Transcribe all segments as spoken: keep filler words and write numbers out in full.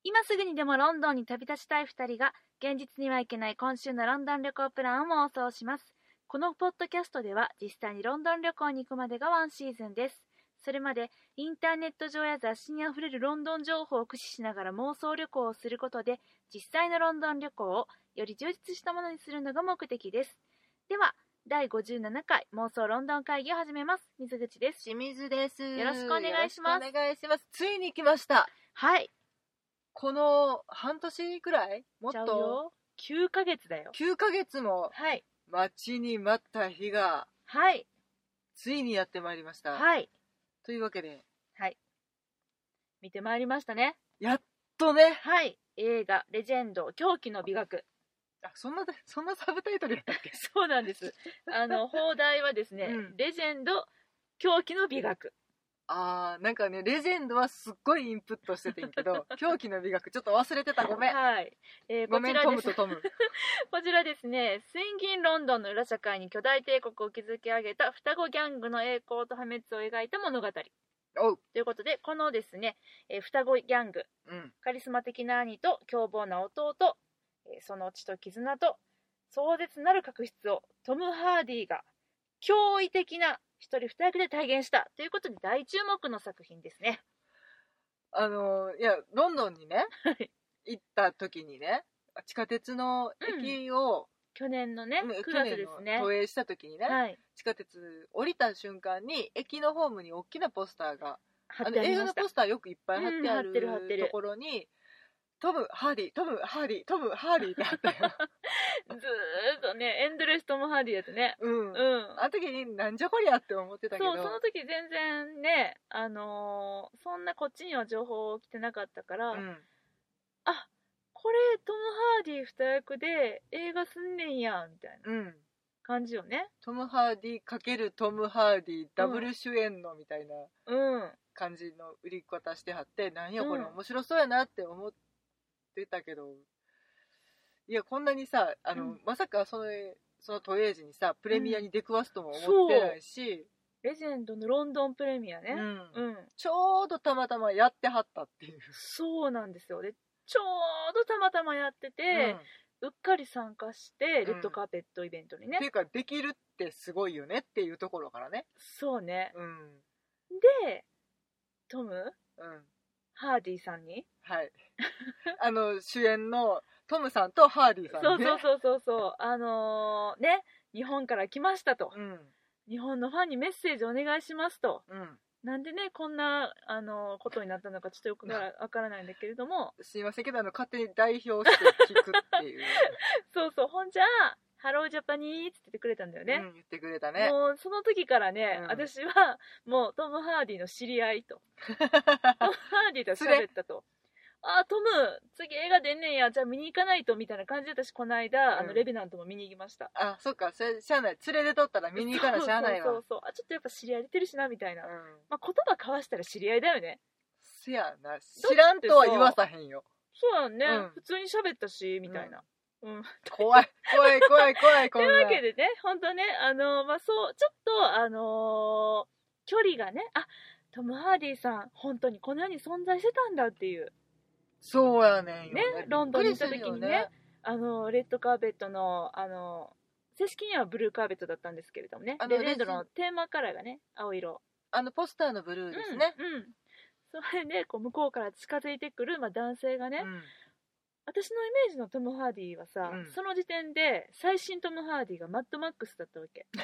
今すぐにでもロンドンに旅立ちたいふたりが現実には行けない今週のロンドン旅行プランを妄想します。このポッドキャストでは実際にロンドン旅行に行くまでがワンシーズンです。それまでインターネット上や雑誌にあふれるロンドン情報を駆使しながら妄想旅行をすることで実際のロンドン旅行をより充実したものにするのが目的です。ではだいごじゅうななかい妄想ロンドン会議を始めます。水口です。 清水です。 よろしくお願いします。 お願いします。ついに来ました。 はい。 この半年くらいもっときゅうかげつだよ。 きゅうかげつも待ちに待った日が、 はい、 ついにやってまいりました。 はい。 というわけで、 はい。見てまいりましたね。 やっとね。 はい。映画レジェンド狂気の美学。 あ、そんなそんなサブタイトルだったっけ？ そうなんです。あの放題はですね、うん、レジェンド狂気の美学。 あー、なんかね、レジェンドはすっごいインプットしててんけど狂気の美学ちょっと忘れてた。ごめん。 はい、えー、 ごめん、トムとトムこちらですね、スインギンロンドンの裏社会に巨大帝国を築き上げた双子ギャングの栄光と破滅を描いた物語おということで、このですね、えー、双子ギャング、 うん、 カリスマ的な兄と凶暴な弟、えー、その血と絆と壮絶なる確執をトム・ハーディが驚異的な一人二役で体現したということで大注目の作品ですね。 あのいやロンドンにね行った時にね、地下鉄の駅を、うん、 去年のねくがつですね、 投影した時にね、 はい、 地下鉄降りた瞬間に駅のホームに大きなポスターが貼ってありました。あの映画のポスターよくいっぱい貼ってある、 うん、貼ってる貼ってるところにトム・ハーディ、トム・ハーディ、トム・ハーディってあったよずーっとね、エンドレストム・ハーディやつね。 うん、うん、あの時になんじゃこりゃって思ってたけど、 そう、その時全然ね、あのー、そんなこっちには情報来てなかったから、うん、あ、これトム・ハーディ二役で映画すんねんやみたいな感じよね、 うん、トム・ハーディ×トム・ハーディダブル主演のみたいな感じの売り方してはって、うん、なんやこれ面白そうやなって思ってたけど、いやこんなにさ、あの、うん、まさかそのその都営時にさプレミアに出くわすとも思ってないし、 うん、レジェンドのロンドンプレミアね、うんうん、ちょうどたまたまやってはったっていう。 そうなんですよ。でちょうどたまたまやってて、うん、うっかり参加してレッドカーペットイベントにね、 っていうかできるってすごいよねっていうところからね。 そうね、 うん、 でトム、 うん、 ハーディさんに、 はいあの主演のトムさんとハーディさんね。 そうそうそうそうあのー、ね、日本から来ましたと、うん、日本のファンにメッセージお願いしますと、うん、なんでねこんな、あのー、ことになったのかちょっとよくわからないんだけれどもすいませんけど、あの勝手に代表して聞くっていうそうそう、ほんじゃハロージャパニーって言ってくれたんだよね、 うん、言ってくれたね。 もうその時からね、うん、私はもうトム・ハーディの知り合いとトム・ハーディと喋ったとあ、トム次映画出んねんや、じゃあ見に行かないとみたいな感じで、私この間、うん、あのレベナントも見に行きました。 あ、そっか、それしゃあない、連れてとったら見に行かなしゃあないわ。 そうそうそう、あ、ちょっとやっぱ知り合い出てるしなみたいな、うん、まあ、言葉交わしたら知り合いだよね。 せやな、知らんとは言わさへんよ。 そうやんね、うん、普通に喋ったしみたいな、うんうん、 怖い怖い怖い怖いというわけでね、本当ね、あのまあそうちょっとあのー、距離がね、あ、トム・ハーディさん本当にこの世に存在してたんだっていう。 そうやねんよね、ロンドンに行った時に ね, ねあのレッドカーペットのあの正式にはブルーカーペットだったんですけれどもね、レジェンドのテーマカラーがね青色、 あのポスターのブルーですね、 うんうん、それでこう向こうから近づいてくる、まあ、男性がね、うん、私のイメージのトム・ハーディはさ、うん、その時点で最新トム・ハーディがマッドマックスだったわけ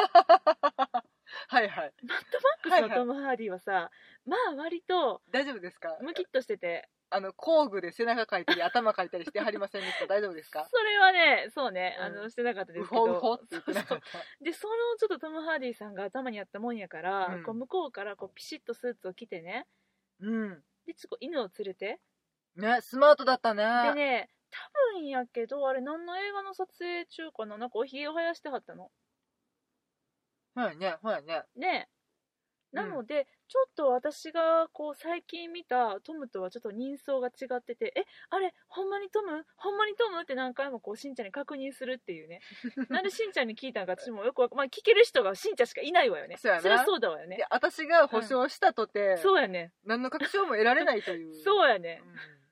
はいはい、 マッドマックスのトム・ハーディはさ、はいはい、まあ割と大丈夫ですか、 ムキッとしてて、 あの工具で背中かいたり頭かいたりしてはりませんでした大丈夫ですか？ それはね、そうね、うん、あのしてなかったですけど、 ウホウホって言ってなかった。 でそのちょっとトム・ハーディさんが頭にあったもんやから、うん、こう向こうからこうピシッとスーツを着てね、うん、でちょっと犬を連れてね、スマートだったね。 でね、多分やけどあれ何の映画の撮影中かな、なんかおひげを生やしてはったの。 はいね、はいね。 ね、なので、うん、ちょっと私がこう最近見たトムとはちょっと人相が違ってて、え、あれほんまにトムほんまにトムって何回もこうしんちゃんに確認するっていうねなんでしんちゃんに聞いたのか私もよくわか、まあ、聞ける人がしんちゃんしかいないわよね。そりゃそうだわよね。 で私が保証したとて、 うん、そうやね、 何の確証も得られないというそうやね、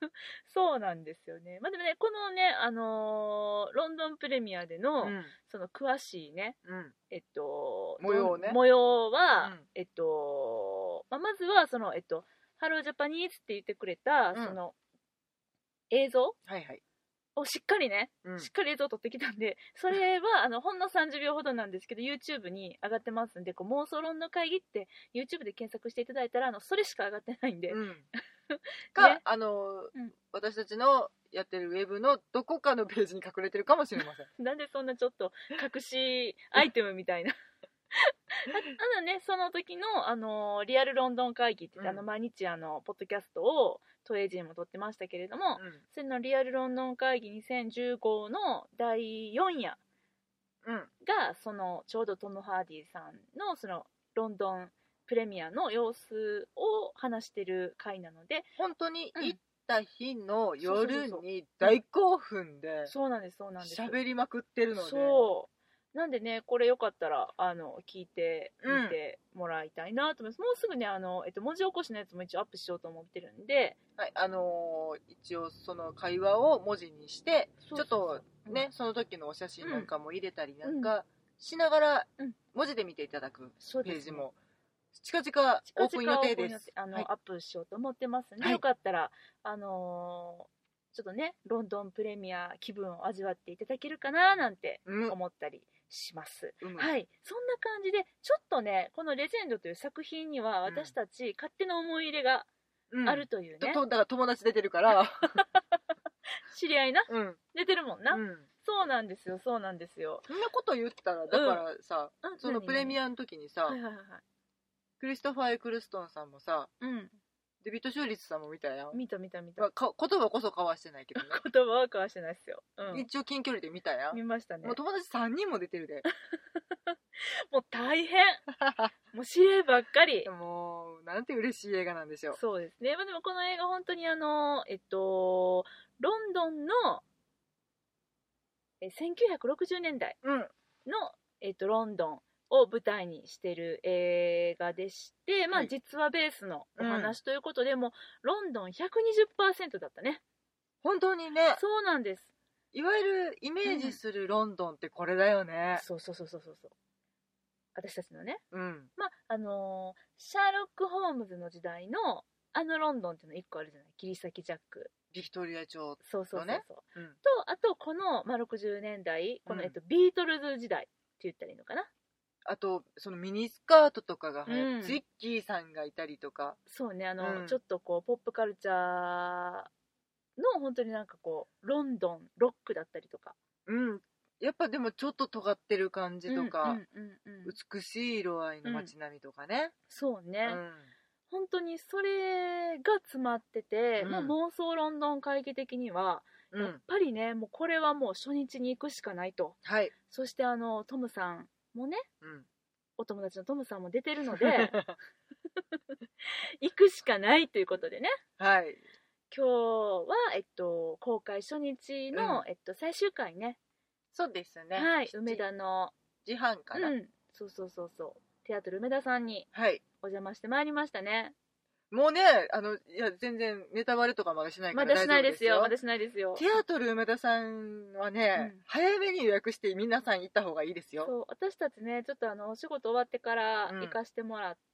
そうなんですよね。まあでもね、このね、あのーロンドンプレミアでの、うん、その詳しいね、うん、えっと、 模様ね。 模様は、うん、えっと、まあ、まずは、その、えっと、ハロージャパニーズって言ってくれた、うん、その、映像、はいはい、をしっかりね、うん、しっかり映像を撮ってきたんで、それはあのほんのさんじゅうびょうほどなんですけど YouTube に上がってますんで、こう妄想論の会議って YouTube で検索していただいたら、あのそれしか上がってないんで、うん、 か、ね、あの、うん、私たちのやってるウェブのどこかのページに隠れてるかもしれません。 なんでそんなちょっと隠しアイテムみたいなあのね、その時の、あのリアルロンドン会議って言って、うん、あの毎日あのポッドキャストを都営陣も撮ってましたけれども、うん、それのリアルロンドン会議にせんじゅうごのだいよんやが、そのちょうどトム・ハーディさんのそのロンドンプレミアの様子を話してる回なので、 本当に行った日の夜に大興奮でそうなんですそうなんです喋りまくってるので、 そうなんでね、これよかったらあの聞いてみてもらいたいなと思います、うん、もうすぐねあの、えっと、文字起こしのやつも一応アップしようと思ってるんで、 はい、あのー、一応その会話を文字にしてちょっとね、うん、その時のお写真なんかも入れたりなんかしながら文字で見ていただくページも近々オープン予定です。 あの、はい、アップしようと思ってますんで、はい、よかったらあのー、ちょっとねロンドンプレミア気分を味わっていただけるかななんて思ったりします、うん、はい、そんな感じでちょっとねこのレジェンドという作品には私たち勝手な思い入れがあるというね、 うん、だから友達出てるから知り合いな、うん、出てるもんな、うん、そうなんですよそうなんですよ。 そんなこと言ったらだからさ、うん、そのプレミアの時にさ、はいはいはい、クリストファー・エクルストンさんもさ、うん、デビッド・シューリッツさんも見たやん。 見た見た見た、 まあ、か言葉こそ交わしてないけどね言葉は交わしてないっすよ、 うん、一応近距離で見たやん。 見ましたね。 もう友達さんにんも出てるでもう大変もう知り合いばっかりもうなんて嬉しい映画なんでしょう。 そうですね、まあ、でもこの映画本当にあのえっとロンドンのえせんきゅうひゃくろくじゅうねんだいの、うん、えっと、ロンドンを舞台にしてる映画でして、まあ、実話ベースのお話ということで、うん、もうロンドン ひゃくにじゅっパーセント だったね。 本当にね。 そうなんです。 いわゆるイメージするロンドンってこれだよね、 うん、そうそうそうそうそう。私たちのね、うん、まああのー、シャーロック・ホームズの時代のあのロンドンっていうのいっこあるじゃない。切り裂きジャック、 ビクトリア朝のね。 そうそうそうそう、うん、とあとこの、まあ、ろくじゅうねんだいこの、うん、えっと、ビートルズ時代って言ったらいいのかな。 あとそのミニスカートとかが流行って、うん、ツイッキーさんがいたりとか、 そうねあの、うん、ちょっとこうポップカルチャーの本当になんかこうロンドンロックだったりとか、 うんやっぱでもちょっと尖ってる感じとか、うんうんうんうん、美しい色合いの街並みとかね、うん、 そうね、うん、本当にそれが詰まってて、うん、もう妄想ロンドン会議的にはやっぱりね、もうこれはもう初日に行くしかないと、はい、そしてあのトムさんもね、うん、お友達のトムさんも出てるので行くしかないということでね、はい、今日は、えっと、公開初日の、うん、えっと、最終回ね。 そうですね、 はい、梅田の時半から、うん、 そうそうそうそうテアトル梅田さんにお邪魔してまいりましたね。 もうね、あの、いや、全然ネタバレとかまだしないから大丈夫ですよ。 まだしないですよ。まだしないですよ。 テアトル梅田さんはね、うん、早めに予約して皆さん行った方がいいですよ。 そう、私たちね、ちょっとあの、お仕事終わってから行かしてもらって、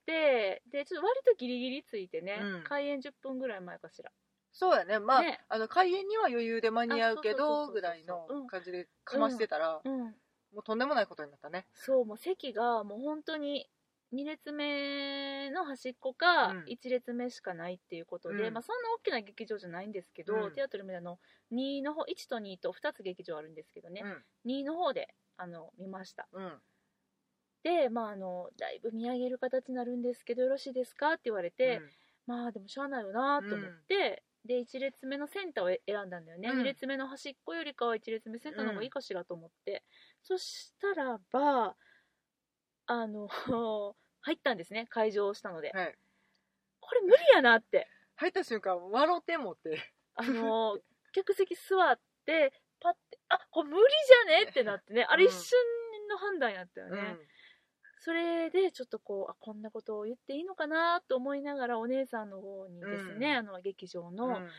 うん、で、ちょっと割とギリギリついてね、うん、開演じゅっぷんぐらい前かしら。 そうやね、まあ、ね、あの、開演には余裕で間に合うけど、ぐらいの感じでかましてたら、うんうん、もうとんでもないことになったね。 そう、もう席がもう本当に、に列目の端っこかいち列目しかないっていうことで、うん、まあ、そんな大きな劇場じゃないんですけど、うん、テアトル梅田のにの方いちとにとふたつ劇場あるんですけどね、うん、にの方であの見ました、うん、で、まあ、あのだいぶ見上げる形になるんですけどよろしいですかって言われて、まあでもしゃあないよなと思って、でいち列目のセンターを選んだんだよね、に列目の端っこよりかはいち列目センターの方がいいかしらと思って、そしたらばあの入ったんですね、会場したので、はい、これ無理やなって入った瞬間笑ってもってあの客席座ってパッてあこれ無理じゃねってなってね、あれ一瞬の判断やったよね、うん、それでちょっとこうあこんなことを言っていいのかなと思いながらお姉さんの方にですね、うん、あの劇場の、うん、あの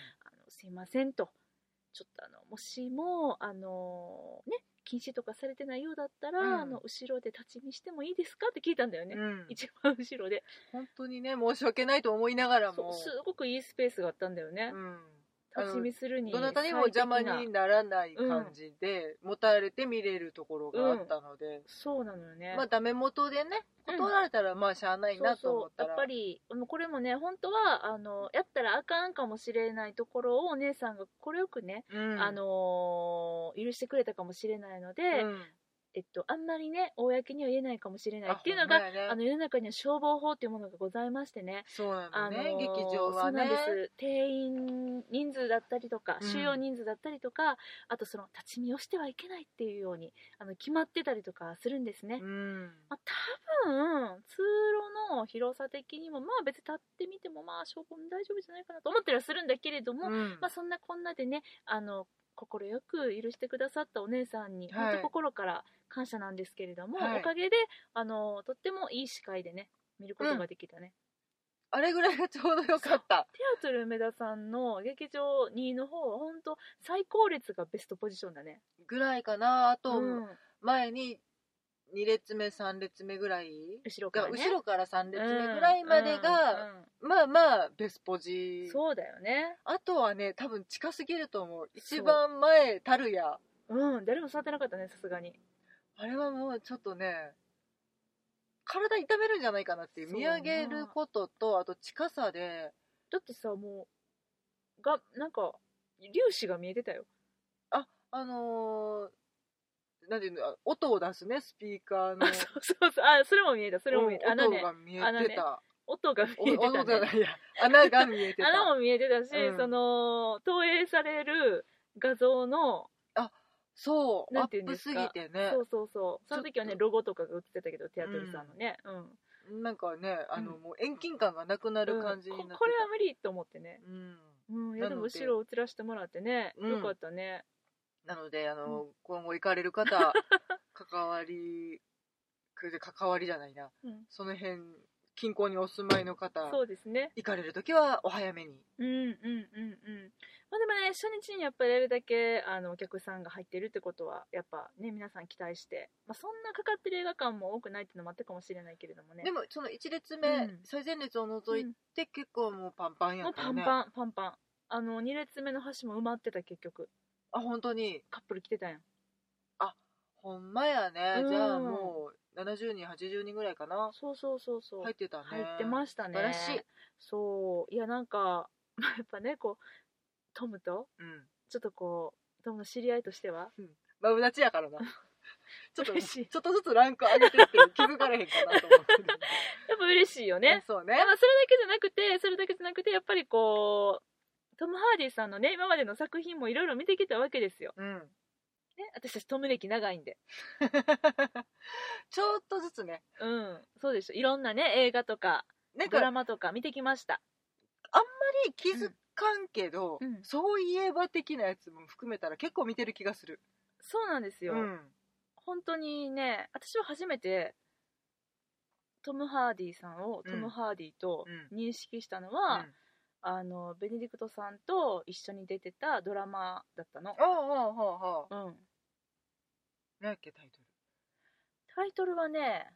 すいませんと、ちょっとあのもしもあのね禁止とかされてないようだったら、うん、あの後ろで立ち見してもいいですかって聞いたんだよね、うん、一番後ろで。 本当にね申し訳ないと思いながらもすごくいいスペースがあったんだよね、うん、立ち見するにどなたにも邪魔にならない感じで、うん、持たれて見れるところがあったので、うん、 そうなのよね。 まあダメ元でね断られたらまあしゃあないなと思ったら、 そうそうやっぱりこれもね本当はあのやったらあかんかもしれないところをお姉さんが快くね、うん、あの許してくれたかもしれないので、うんえっと、あんまりね公には言えないかもしれないっていうのがあ、ね、あの世の中には消防法っていうものがございましてね。 そうなのね、あのー、劇場はね。 そうなんです。定員人数だったりとか、うん、収容人数だったりとか、あとその立ち見をしてはいけないっていうようにあの決まってたりとかするんですね、うんまあ、多分通路の広さ的にもまあ別に立ってみてもまあ消防も大丈夫じゃないかなと思ったりはするんだけれども、うんまあ、そんなこんなでねあの心よく許してくださったお姉さんに、はい、本当心から感謝なんですけれども、はい、おかげであのとってもいい視界でね見ることができたね、 うん、あれぐらいがちょうどよかった。 テアトル梅田さんの劇場にの方は本当最高列がベストポジションだねぐらいかな。あと、うん、前にに列目さん列目ぐらい後ろから、ね、 後ろからさん列目ぐらいまでが、うんうん、まあまあベスポジ。 そうだよね。 あとはね多分近すぎると思う。一番前たるやうん誰も座ってなかったねさすがに。 あれはもうちょっとね体痛めるんじゃないかなっていう見上げることとあと近さでだってさもうがなんか粒子が見えてたよ。 ああのーなんていうの音を出すねスピーカーのそうそうそうあそれも見えたそれも見えた音が見えてた、 音が見えてた、ね、 音じゃないや穴が見えてた穴も見えてたし、うん、その投影される画像のあそうなんていうんですかアップすぎてねそうそうそうその時はねロゴとかが映ってたけどテアトルさんのね、 うん、なんかねあの、うん、もう遠近感がなくなる感じになってた、うん、 こ, これは無理と思ってね、うんうん、いやでも後ろを映らせてもらってね、うん、よかったね。 なのであの、うん、今後行かれる方関わり関わりじゃないな、うん、その辺近郊にお住まいの方そうですね行かれるときはお早めに。 うんうんうんうんまあでもね初日にやっぱりあれだけあのお客さんが入ってるってことはやっぱね皆さん期待して、まあ、そんなかかってる映画館も多くないっていうのもあったかもしれないけれどもね。 でもそのいち列目、うん、最前列を除いて結構もうパンパンやったよね。 もうパンパンパンパンあのに列目の端も埋まってた結局。 あ本当にカップル来てたやん。 あほんまやね、うん、じゃあもうななじゅうにんはちじゅうにんぐらいかな。 そうそうそうそう入ってたね。 入ってましたね。 素晴らしい。 そういやなんかやっぱねこうトムと、うん、ちょっとこうトムの知り合いとしては、 うん、マブダチやからなちょっとちょっとずつランク上げてって気づかれへんかなと思ってやっぱ嬉しいよね。 そうね。 やっぱそれだけじゃなくてそれだけじゃなくてやっぱりこうトム・ハーディさんのね今までの作品もいろいろ見てきたわけですよ、うんね、私たちトム歴長いんでちょっとずつねうんそうでしょいろんなね映画とかドラマとか見てきました。 あんまり気づかんけど、うん、そういえば的なやつも含めたら結構見てる気がする。 そうなんですよ、うん、本当にね私は初めてトム・ハーディさんをトム・ハーディと認識したのは、うんうんあのベネディクトさんと一緒に出てたドラマだったの。 ああああああうん何やっけタイトルタイトルはね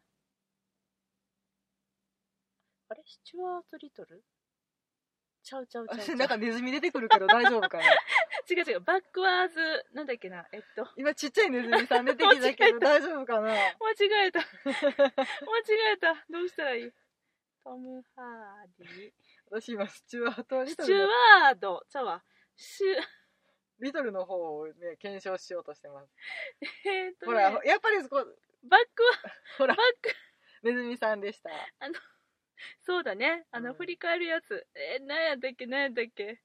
あれスチュワート・リトルちゃうちゃうちゃうちゃうなんかネズミ出てくるけど大丈夫かな違う違うバックワーズなんだっけなえっと今ちっちゃいネズミさん出てきたけど大丈夫かな間違えた間違えたどうしたらいいトム・ハーディ私今スチュワート・リトルスチュワードちゃうわシュリトルの方をね検証しようとしてますえーっと、ね、 ほらやっぱりそこバックはほらバックネズミさんでした。 あのそうだねあの、うん、振り返るやつえー、何やったっけ何やったっけ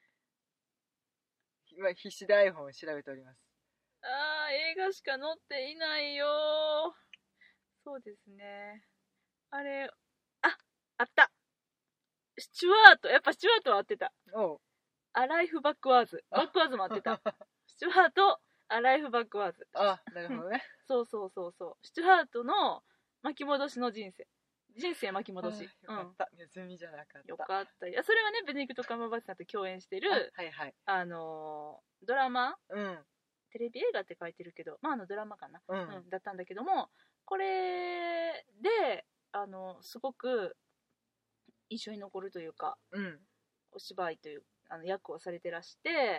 今必死で iPhone を調べております。 あー映画しか載っていないよそうですねあれああったスチュワートやっぱスチュワートは合ってた。 おうアライフバックワーズバックワーズも合ってたスチュワートアライフバックワーズあなるほどねそうそうそうそうスチュワートの巻き戻しの人生人生巻き戻し。 よかった、うん、ネズミじゃなかった。 よかった。いや、それはね、ベネディクト・カンバーバッチさんと共演してる、 あ、はいはい、 あのー、ドラマ、 うん、 テレビ映画って書いてるけど、まあ、あのドラマかな、 うんうん、だったんだけども、これで、あの、すごく印象に残るというか、 うん、 お芝居というあの役をされてらして、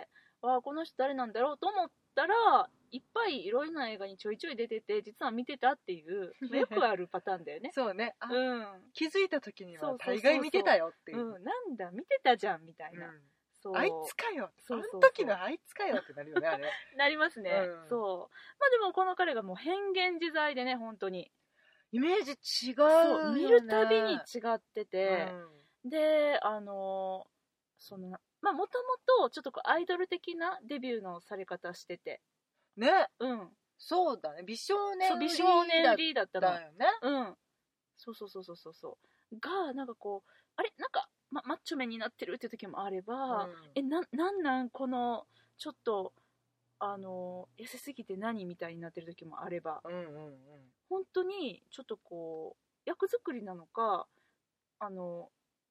あ、この人誰なんだろうと思ったら、いっぱいいろいろな映画にちょいちょい出てて、実は見てたっていう、よくあるパターンだよね。 そうね、あ、 うん、 気づいた時にはそうそうそうそう大概見てたよっていう、 うん、なんだ見てたじゃんみたいな、 うん、 そうあいつかよ、 そうそうそう、 あの時のあいつかよってなるよね、あれ。 なりますね、 うん、 そうまあでもこの彼がもう変幻自在でね、本当にイメージ違うそうよね、 見るたびに違ってて、 うん、 であのそのまあもともとちょっとこうアイドル的なデビューのされ方しててね、 うん、 そうだね、美少年そう美少年売りだったのだよね、 うん、そうそうそうそうそうそうがなんかこうあれなんか、ま、マッチョメになってるっていう時もあれば、 うん、 えななんなんこのちょっとあの痩せすぎて何みたいになってる時もあれば、 うんうんうん、 本当にちょっとこう役作りなのかあの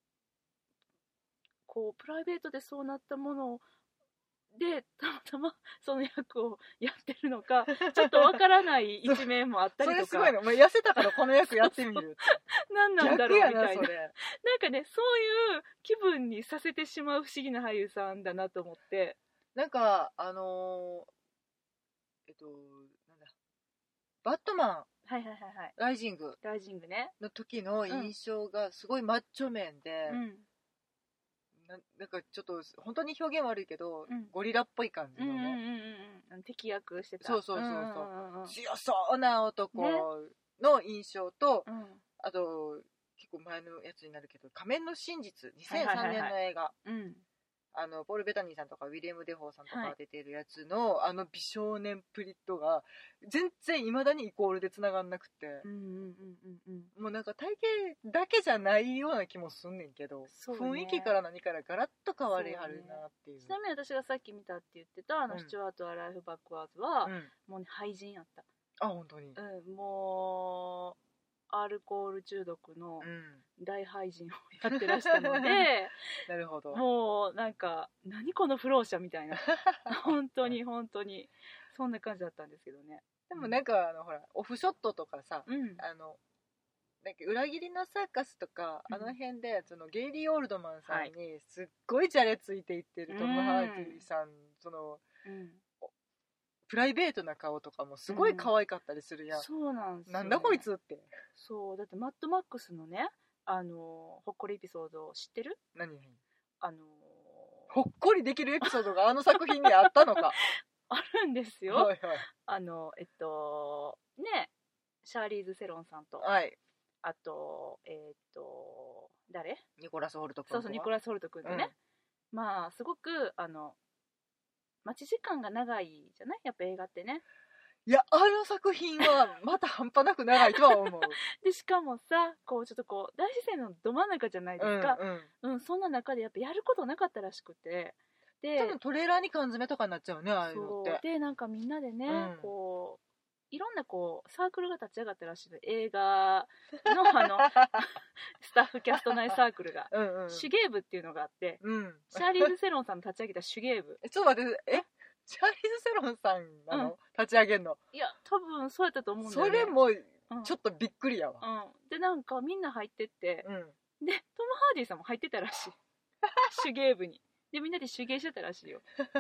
こうプライベートでそうなったものでたまたまその役をやってるのかちょっとわからない一面もあったりとかそれすごいの、お前痩せたからこの役やってみる何なんだろうみたいな、 逆やなそれ。 なんかねそういう気分にさせてしまう不思議な俳優さんだなと思って、 なんかあのー、えっとなんだバットマンはいはいはいはいライジングライジングねの時の印象がすごいマッチョ面で、 うん、 な, なんかちょっと本当に表現悪いけど、 うん、 ゴリラっぽい感じのね、 うんうんうんうん、敵役してた、 そうそうそうそう、 んうんうん、 強そうな男の印象と、 ね、うん、 あと結構前のやつになるけど仮面の真実にせんさんねんの映画、 うん、 あのポール・ベタニーさんとかウィリアム・デフォーさんとかが出てるやつの、はい、あの美少年プリットが全然いまだにイコールでつながんなくて、うんうんうんうん、もうなんか体型だけじゃないような気もすんねんけど、ね、雰囲気から何からガラッと変わりはるなっていう、 ね、ちなみに私がさっき見たって言ってたあの、うん、スチュワート・アライフ・バックワーズは、うん、もう、ね、廃人やった。 あ、本当に、 うん、もうアルコール中毒の大廃人をやってらしたので、うん、 なるほど、 もうなんか何この不老者みたいな本当に本当にそんな感じだったんですけどね。 でもなんかあのほらオフショットとかさ、 うん、 あのなんか裏切りのサーカスとか、うん、あの辺でそのゲイリー・オールドマンさんにすっごいじゃれついていってるトム・ハーディさん、うん、その、うんプライベートな顔とかもすごい可愛かったりするやん、うん、 そうなんですよ、ね、 なんだこいつって。 そうだってマッドマックスのねあのほっこりエピソード知ってる？ 何？ あのほっこりできるエピソードがあの作品にあったのかあるんですよ。はい、はい、あのえっとねシャーリーズ・セロンさんと、 はい、 あとえー、っと誰？ ニコラス・ホルト君。 そうそうニコラス・ホルト君とね、うん、まあすごくあの待ち時間が長いじゃないやっぱ映画ってね。 いやあの作品はまた半端なく長いとは思うでしかもさこうちょっとこう大自然のど真ん中じゃないですか、うん、うんうん、そんな中でやっぱやることなかったらしくて、 で多分トレーラーに缶詰とかになっちゃうねああいうのって。 でなんかみんなでね、うん、こういろんなこうサークルが立ち上がったらしいの映画のあのスタッフキャスト内サークルがうん、うん、手芸部っていうのがあって、うん、シャーリーズ・セロンさんの立ち上げた手芸部。 えちょっと待ってえシャーリーズ・セロンさんなの、うん、立ち上げんの？ いや多分そうやったと思うんだよね。 それもちょっとびっくりやわ、 うんうん、でなんかみんな入ってって、うん、でトム・ハーディさんも入ってたらしい手芸部に。でみんなで手芸してたらしいよ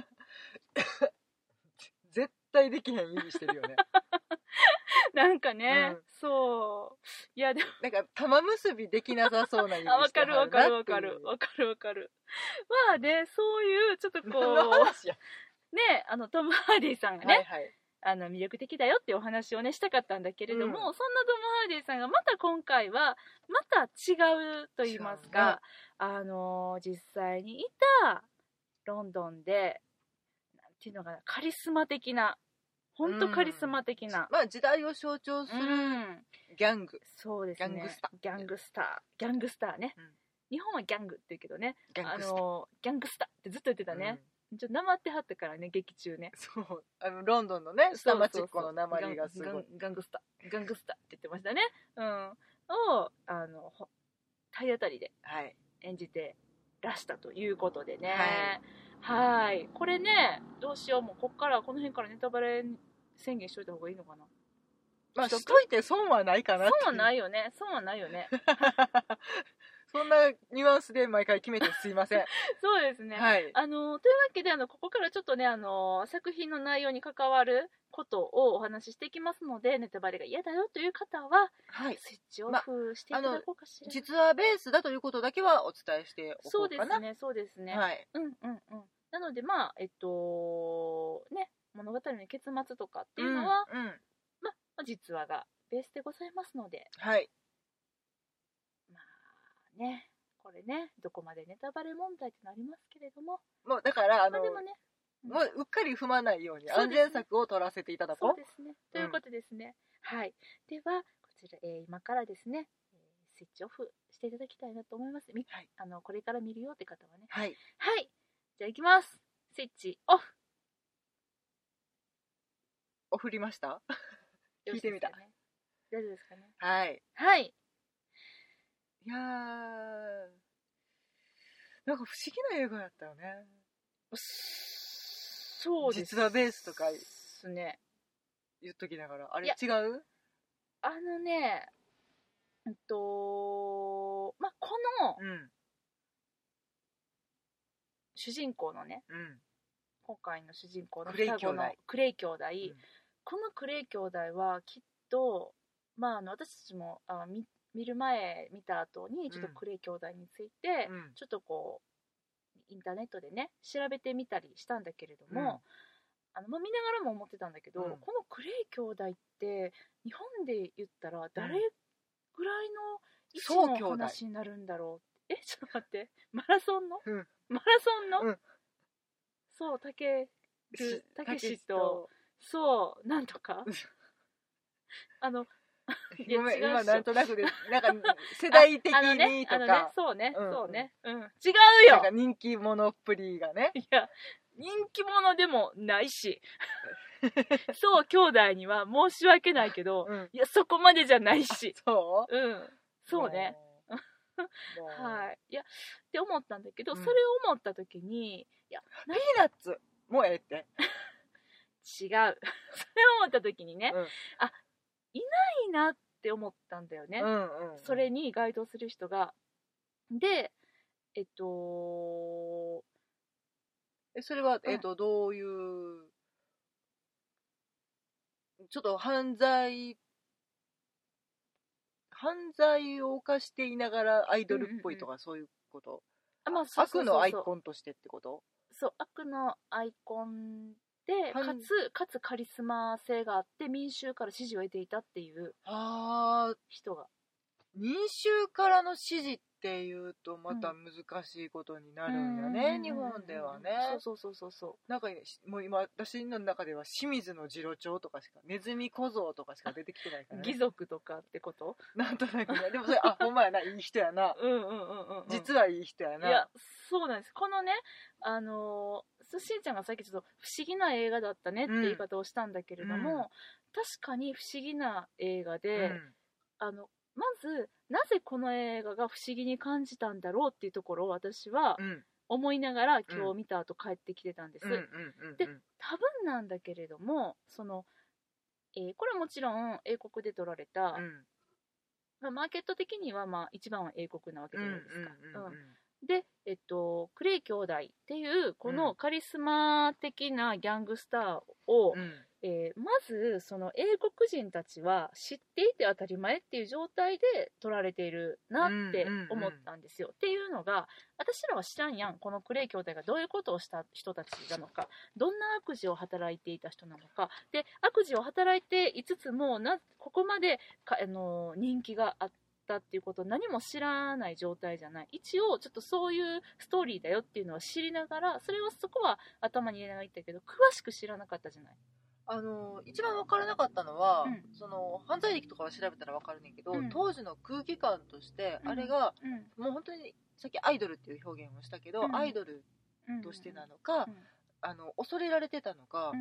絶対できへん指してるよねなんかね、うん、そういやでもなんか玉結びできなさそうな指してはるなっていう。 あわかるわかるわかるわかるわかる。まあねそういうちょっとこうねあのトム・ハーディさんがね、はいはい、あの魅力的だよっていうお話をねしたかったんだけれども、うん、そんなトム・ハーディさんがまた今回はまた違うと言いますか、あの実際にいたロンドンでなんていうのかなカリスマ的な本当カリスマ的な、 うん、まあ時代を象徴するギャング、うん、 そうですね、 ギャングスターギャングスターギャングスターね、うん、日本はギャングって言うけどねギャングスター、あのギャングスターってずっと言ってたね、うん、ちょっとなまってはったからね劇中ね。 そうあのロンドンのね下町っ子のなまりがすごいガングスターガングスターって言ってましたね。うんまをあの体当たりで演じてらしたということでね、はい、はいこれねどうしようもうこっからこの辺からネタバレ宣言しといた方がいいのかな。 まあしといて損はないかなって。 損はないよね損はないよねそんなニュアンスで毎回決めてすいませんそうですね、はい、あのというわけであのここからちょっとねあの作品の内容に関わることをお話ししていきますので、ネタバレが嫌だよという方は、はい、スイッチオフしていただこうかしら、 ま、実はベースだということだけはお伝えしておこうかな。 そうですねそうですね、はい、うんうんうん。なのでまあえっとね物語の結末とかっていうのは、うんうん、まあ実話がベースでございますので、はい、まあねこれねどこまでネタバレ問題ってなりますけれども、 もうだからあの、まあ、でもねもううっかり踏まないように安全策を取らせていただこう。 そうですね。ということですね。うん、はい。ではこちら、えー、今からですね、えー、スイッチオフしていただきたいなと思います。はい、あのこれから見るよって方はね。はい。はい。じゃあ行きます。スイッチオフ。 オフりました？聞いてみた。 ね、大丈夫ですかね。 はい。 はい。 いやーなんか不思議な映画やったよね。 そうです実はベースとかですね言っときながらあれ違う？ あのねえっとまあこの、うん、主人公のね、うん、今回の主人公の双子のクレイ兄弟、うん、このクレイ兄弟はきっとまああの私たちもあ 見, 見る前見た後にちょっとクレイ兄弟について、うん、ちょっとこうインターネットでね調べてみたりしたんだけれども、うん、あのまあ、見ながらも思ってたんだけど、うん、このクレイ兄弟って日本で言ったら誰ぐらいの位置の話になるんだろう、うん、えちょっと待ってマラソンの、うん、マラソンの、うん、そうたけるたけしとそうなんとかあのごめん今なんとなくでなんか世代的にとか、 ね、そうね、うん、そうね、うん、違うよ。 なんか人気者っぷりがね。 いや人気者でもないしそう兄弟には申し訳ないけど、うん、いやそこまでじゃないし。 そううんそうねはいいやって思ったんだけど、うん、それを思った時にいやピーナッツもうええって違うそれを思った時にね、うん、あいないなって思ったんだよね、うんうんうん、それに該当する人が。でえっとえそれは、えっと、どういうちょっと犯罪犯罪を犯していながらアイドルっぽいとか、うんうんうん、そういうこと、あ、まあ、そうそうそうそう、悪のアイコンとしてってこと？ そう悪のアイコンでかつかつカリスマ性があって民衆から支持を得ていたっていう人が。 民衆からの支持っていうとまた難しいことになるんよね、うん、日本ではね。 そうそうそうそうなんかもう今私の中では清水の次郎長とかしかネズミ小僧とかしか出てきてないからね。 義族とかってこと？ なんとなくね。でもそれあほんまやないい人やな。うんうんうんうん、うん、実はいい人やな。 いやそうなんです。このねあのー、しんちゃんがさっきちょっと不思議な映画だったねって言い方をしたんだけれども、うん、確かに不思議な映画で、うん、あのまずなぜこの映画が不思議に感じたんだろうっていうところを私は思いながら今日見た後帰ってきてたんです。で多分なんだけれどもその、えー、これはもちろん英国で撮られた、うんまあ、マーケット的にはまあ一番は英国なわけじゃないですか。で、えっと、クレイ兄弟っていうこのカリスマ的なギャングスターを、うんえー、まずその英国人たちは知っていて当たり前っていう状態で撮られているなって思ったんですよ、うんうんうん、っていうのが私らは知らんやんこのクレイ兄弟がどういうことをした人たちなのかどんな悪事を働いていた人なのかで悪事を働いていつつもなここまでかあの人気があったっていうことを何も知らない状態じゃない。一応ちょっとそういうストーリーだよっていうのは知りながらそれはそこは頭に入れながら言ったけど詳しく知らなかったじゃない。 あの一番分からなかったのは、うん、その犯罪歴とかは調べたら分かるねんけど、うん、当時の空気感として、うん、あれが、うん、もう本当にさっきアイドルっていう表現をしたけど、うん、アイドルとしてなのか、うん、あの恐れられてたのか、うん、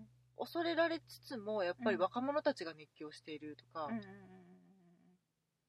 恐れられつつもやっぱり若者たちが熱狂しているとか、うん、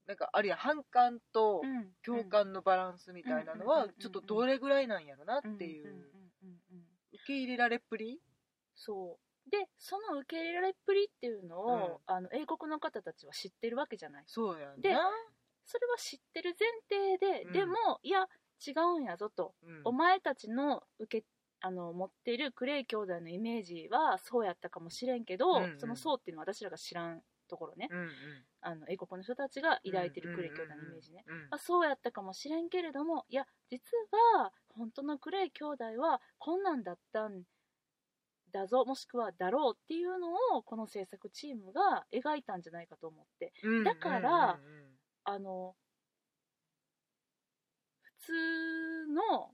なんかあるいは反感と共感のバランスみたいなのはちょっとどれぐらいなんやろなっていう受け入れられっぷり。 そうでその受け入れられっぷりっていうのを、うん、あの英国の方たちは知ってるわけじゃない。 そうやんな。 でそれは知ってる前提で、うん、でもいや違うんやぞと、うん、お前たちの受けあの持っているクレイ兄弟のイメージはそうやったかもしれんけど、うんうん、そのそうっていうのは私らが知らんところね、うんうん、あの英国の人たちが抱いているクレイ兄弟のイメージね、まあ、そうやったかもしれんけれども、いや実は本当のクレイ兄弟はこんなんだったんだぞ、もしくはだろうっていうのをこの制作チームが描いたんじゃないかと思って、うんうんうんうん、だからあの普通の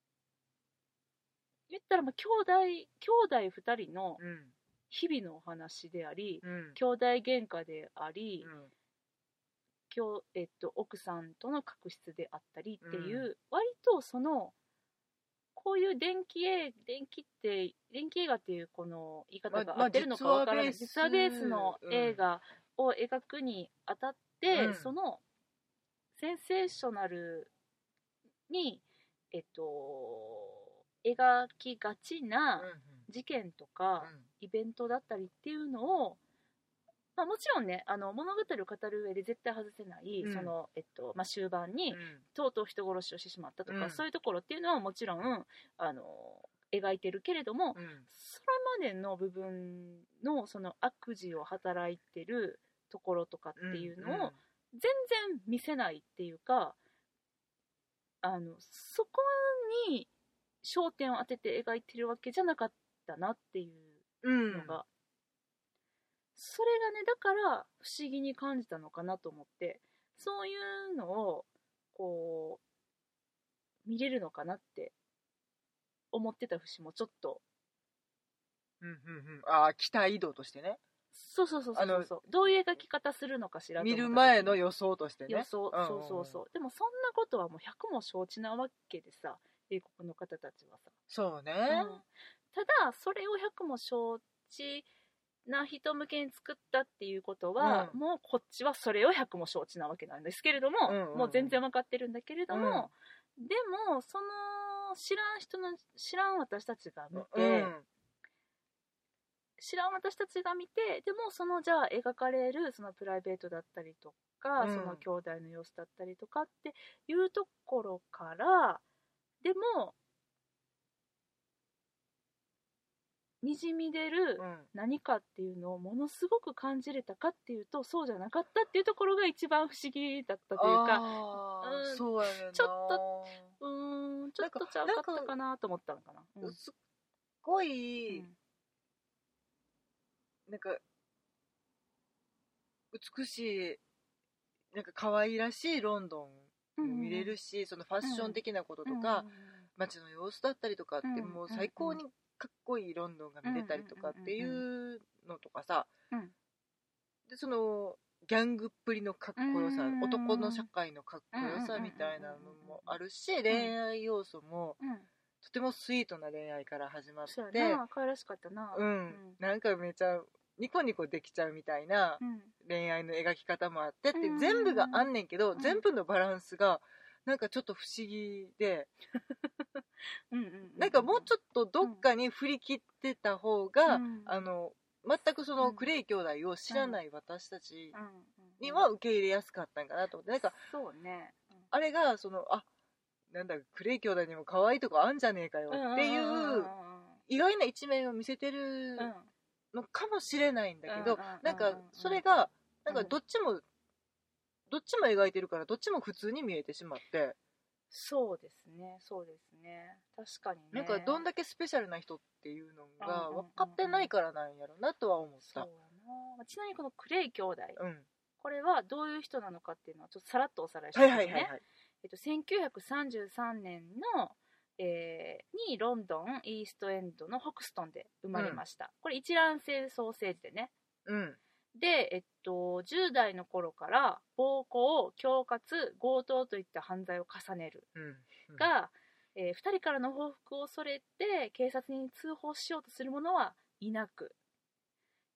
言ったらまあ兄弟兄弟ふたりの日々のお話であり、うん、兄弟喧嘩であり、うん今日えっと、奥さんとの確執であったりっていう、うん、割とそのこういう電気映電気って電気映画っていうこの言い方が合ってるのかわからない、まあ、実話ベースの映画を描くにあたって、うん、そのセンセーショナルに、えっと、描きがちな事件とか、うん、イベントだったりっていうのを、まあ、もちろんねあの物語を語る上で絶対外せない、うんそのえっとまあ、終盤に、うん、とうとう人殺しをしてしまったとか、うん、そういうところっていうのはもちろんあの描いてるけれども、うん、それまでの部分のその悪事を働いてるところとかっていうのを全然見せないっていうか、あのそこに焦点を当てて描いてるわけじゃなかったなっていうのが、うんそれがねだから不思議に感じたのかなと思って、そういうのをこう見れるのかなって思ってた節もちょっと、 うんうんうん、ああ期待度としてね、 そうそうそうそうそう、どういう描き方するのかしらと思った見る前の予想としてね、 予想、うんうんうん、そうそうそう、でもそんなことはもう百も承知なわけでさ、英国の方たちはさ、 そうね、 うん、ただそれを百も承知な人向けに作ったっていうことは、うん、もうこっちはそれを百も承知なわけなんですけれども、うんうんうん、もう全然分かってるんだけれども、うん、でもその知らん人の知らん私たちが見て、うん、知らん私たちが見て、でもそのじゃあ描かれるそのプライベートだったりとか、うん、その兄弟の様子だったりとかっていうところからでもにじみ出る何かっていうのをものすごく感じれたかっていうと、そうじゃなかったっていうところが一番不思議だったというか、 うん、そうやねんな、 ちょっとうーんちょっとちゃうかったかなと思ったのかな、 うん、すっごい、うん、なんか美しいなんか可愛らしいロンドンも見れるし、うん、そのファッション的なこととか、うん、街の様子だったりとかって、もう最高にかっこいいロンドンが見れたりとかっていうのとかさ、うん、でそのギャングっぷりのかっこよさ、うん、男の社会のかっこよさみたいなのもあるし、恋愛要素も、うん、とてもスイートな恋愛から始まって、そうやな、 可愛らしかったな、 うん、なんかめちゃニコニコできちゃうみたいな恋愛の描き方もあってって、全部があんねんけど、全部のバランスがなんかちょっと不思議でなんかもうちょっとどっかに振り切ってた方が、うん、あの全くそのクレイ兄弟を知らない私たちには受け入れやすかったんかなと思って、なんかそうね、 うん、あれがそのあなんだクレイ兄弟にも可愛いとこあんじゃねえかよっていう意外な一面を見せてるのかもしれないんだけど、なんかそれがなんかどっちもどっちも描いてるからどっちも普通に見えてしまって、 そうですねそうですね、確かにね、 なんかどんだけスペシャルな人っていうのが分かってないからなんやろなとは思った。そうな、ちなみにこのクレイ兄弟、うん、これはどういう人なのかっていうのはちょっとさらっとおさらいしておくとね、はいはいはいはい、えっと、せんきゅうひゃくさんじゅうさんねんの、えー、にロンドンイーストエンドのホクストンで生まれました、うん、これ一卵性ソーセージでね、うんで、えっと、じゅう代の頃から暴行、恐喝、強盗といった犯罪を重ねる、うんうん、が、えー、ふたりからの報復を恐れて警察に通報しようとする者はいなく、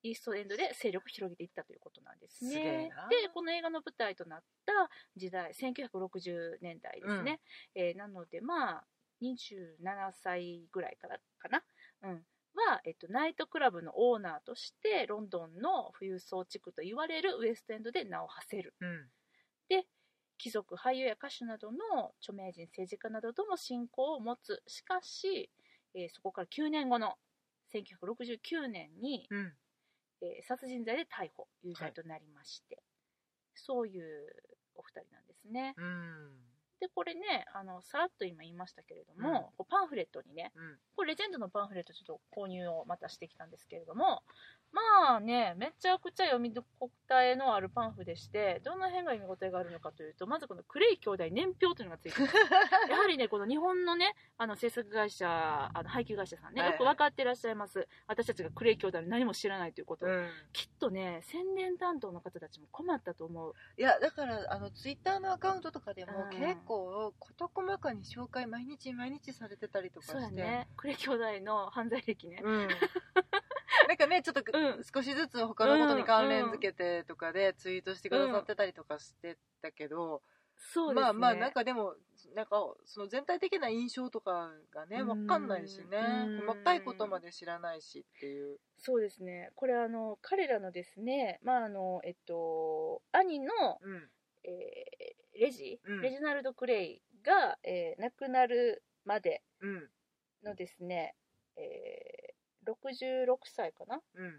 イーストエンドで勢力を広げていったということなんですね。 すげえな。 でこの映画の舞台となった時代せんきゅうひゃくろくじゅうねんだいですね、うん、えー、なのでまあにじゅうななさいぐらいからかな、うん、は、えっと、ナイトクラブのオーナーとしてロンドンの富裕層地区と言われるウエストエンドで名を馳せる、うん、で貴族俳優や歌手などの著名人政治家などとも親交を持つ。しかし、えー、そこからきゅうねんごのせんきゅうひゃくろくじゅうきゅうねんに、うんえー、殺人罪で逮捕有罪となりまして、はい、そういうお二人なんですね。うんでこれねあのさらっと今言いましたけれども、うん、こうパンフレットにね、うん、これレジェンドのパンフレットちょっと購入をまたしてきたんですけれども、まあねめちゃくちゃ読み応えのあるパンフでして、どの辺が読み応えがあるのかというと、まずこのクレイ兄弟年表というのがついてますやはりねこの日本のねあの制作会社あの配給会社さんね、よく分かっていらっしゃいます、はいはい、私たちがクレイ兄弟の何も知らないということ、うん、きっとね宣伝担当の方たちも困ったと思う。 いやだからあのツイッターのアカウントとかでも結構事細かに紹介毎日毎日されてたりとかして、そうね、クレイ兄弟の犯罪歴ね、うんなんかねちょっと少しずつ他のことに関連づけてとかでツイートしてくださってたりとかしてたけど、うんそうですね、まあまあなんかでもなんかその全体的な印象とかがね分かんないしね、細かいことまで知らないしっていう。 そうですね、これあの彼らのですね、まああのえっと兄の、うんえー、レジ、うん、レジナルド・クレイが、えー、亡くなるまでのですね、うん、えー、ろくじゅうろくさいかな、うん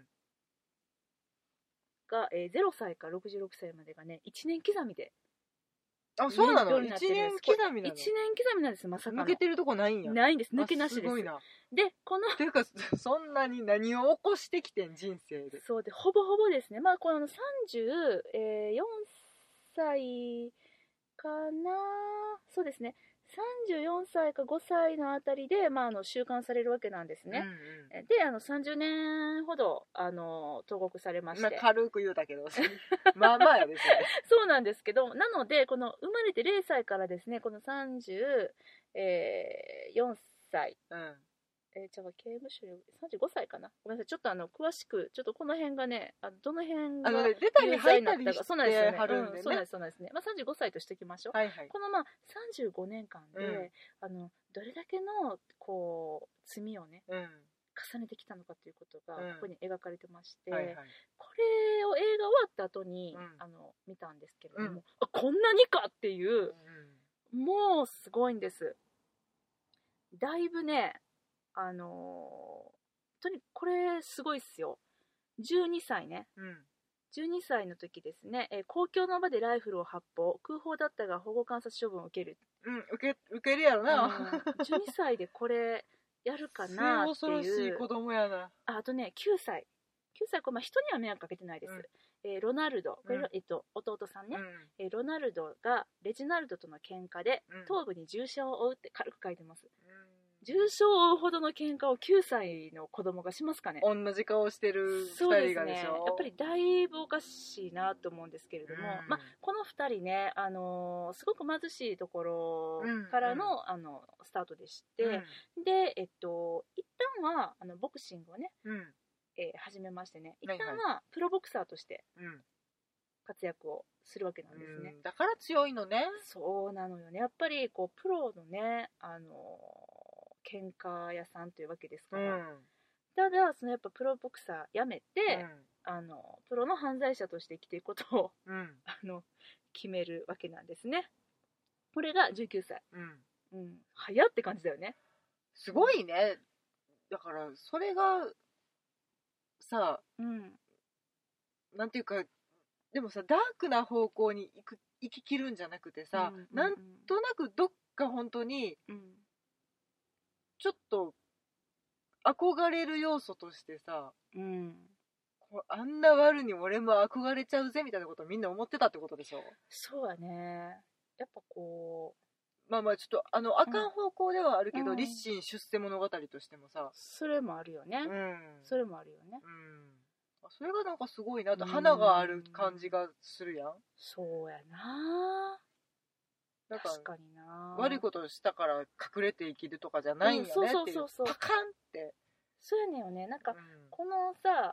が、えー、ゼロさいからろくじゅうろくさいまでがねいちねん刻みで、 あ、そうなの？いちねん刻みなの？ いちねん刻みなんです、まさかの。 抜けてるとこないんや。 ないんです、抜けなしです。 すごいな。 で、この。 ていうか、そんなに何を起こしてきてん、人生で。 そうで、ほぼほぼですね。まあ、このさんじゅうよんさいかな。そうですね。さんじゅうよんさいかごさいのあたりで、まあ、あの収監されるわけなんですね、うんうん、であのさんじゅうねんほどあの投獄されまして、まあ、 軽く言うたけどまあまあやですねそうなんですけど、なのでこの生まれてれいさいからですねこのさんじゅうよんさい、うんえー、じゃあ刑務所さんじゅうごさいかな、ごめんなさい、ちょっとあの詳しくちょっとこの辺がねあのどの辺が出たり入ったりしてそうなんですよね、うん、そうなんですそうなんですね、まあ、さんじゅうごさいとしておきましょう、はいはい、このまあさんじゅうごねんかんで、うん、あのどれだけのこう罪をね、うん、重ねてきたのかということがここに描かれてまして、うんはいはい、これを映画終わった後に、うん、あの見たんですけれども、うん、あこんなにかっていう、うん、もうすごいんです。だいぶねあのー、とにこれすごいっすよ。じゅうにさいね、うん、じゅうにさいの時ですね、えー、公共の場でライフルを発砲、空砲だったが保護観察処分を受ける、 うん受け、受けるやろな、 うん、じゅうにさいでこれやるかなっていう恐ろしい子供やな。 あ, あとねきゅうさいきゅうさい、これまあ人には迷惑かけてないです、うんえー、ロナルドこれ、うんえっと、弟さんね、うんえー、ロナルドがレジナルドとの喧嘩で頭部に重傷を負うって軽く書いてます、うん重傷を負うほどの喧嘩をきゅうさいの子供がしますかね。 同じ顔してるふたりがでしょ。そうですね、 やっぱりだいぶおかしいなと思うんですけれども、うんまあ、このふたりね、あのー、すごく貧しいところからの、うんうん、あのスタートでして、うん、で、えっと、一旦はあのボクシングをね、うんえー、始めましてね、一旦はプロボクサーとして活躍をするわけなんですね、 うん、だから強いのね。 そうなのよね、やっぱりこうプロのね、あのー喧嘩屋さんというわけですから、うん、ただそのやっぱプロボクサーやめて、うん、あのプロの犯罪者として生きていくことを、うん、あの決めるわけなんですね。これがじゅうきゅうさい、うんうん、早って感じだよね。 すごいね。だからそれがさ、うん、なんていうかでもさダークな方向に行く行ききるんじゃなくてさ、うんうんうん、なんとなくどっか本当に、うんちょっと憧れる要素としてさ、うん、こうあんな悪に俺も憧れちゃうぜみたいなことをみんな思ってたってことでしょ。 そうやね、やっぱこうまあまあちょっとあのあかん方向ではあるけど、うん、立身出世物語としてもさそれもあるよね、うん、それもあるよね、 うん、それがなんかすごいなと、花がある感じがするやん。 そうやな、なんか確かにな、 悪いことしたから隠れて生きるとかじゃないんよねっていう、パカンってそうやねんよね。なんか、うん、このさ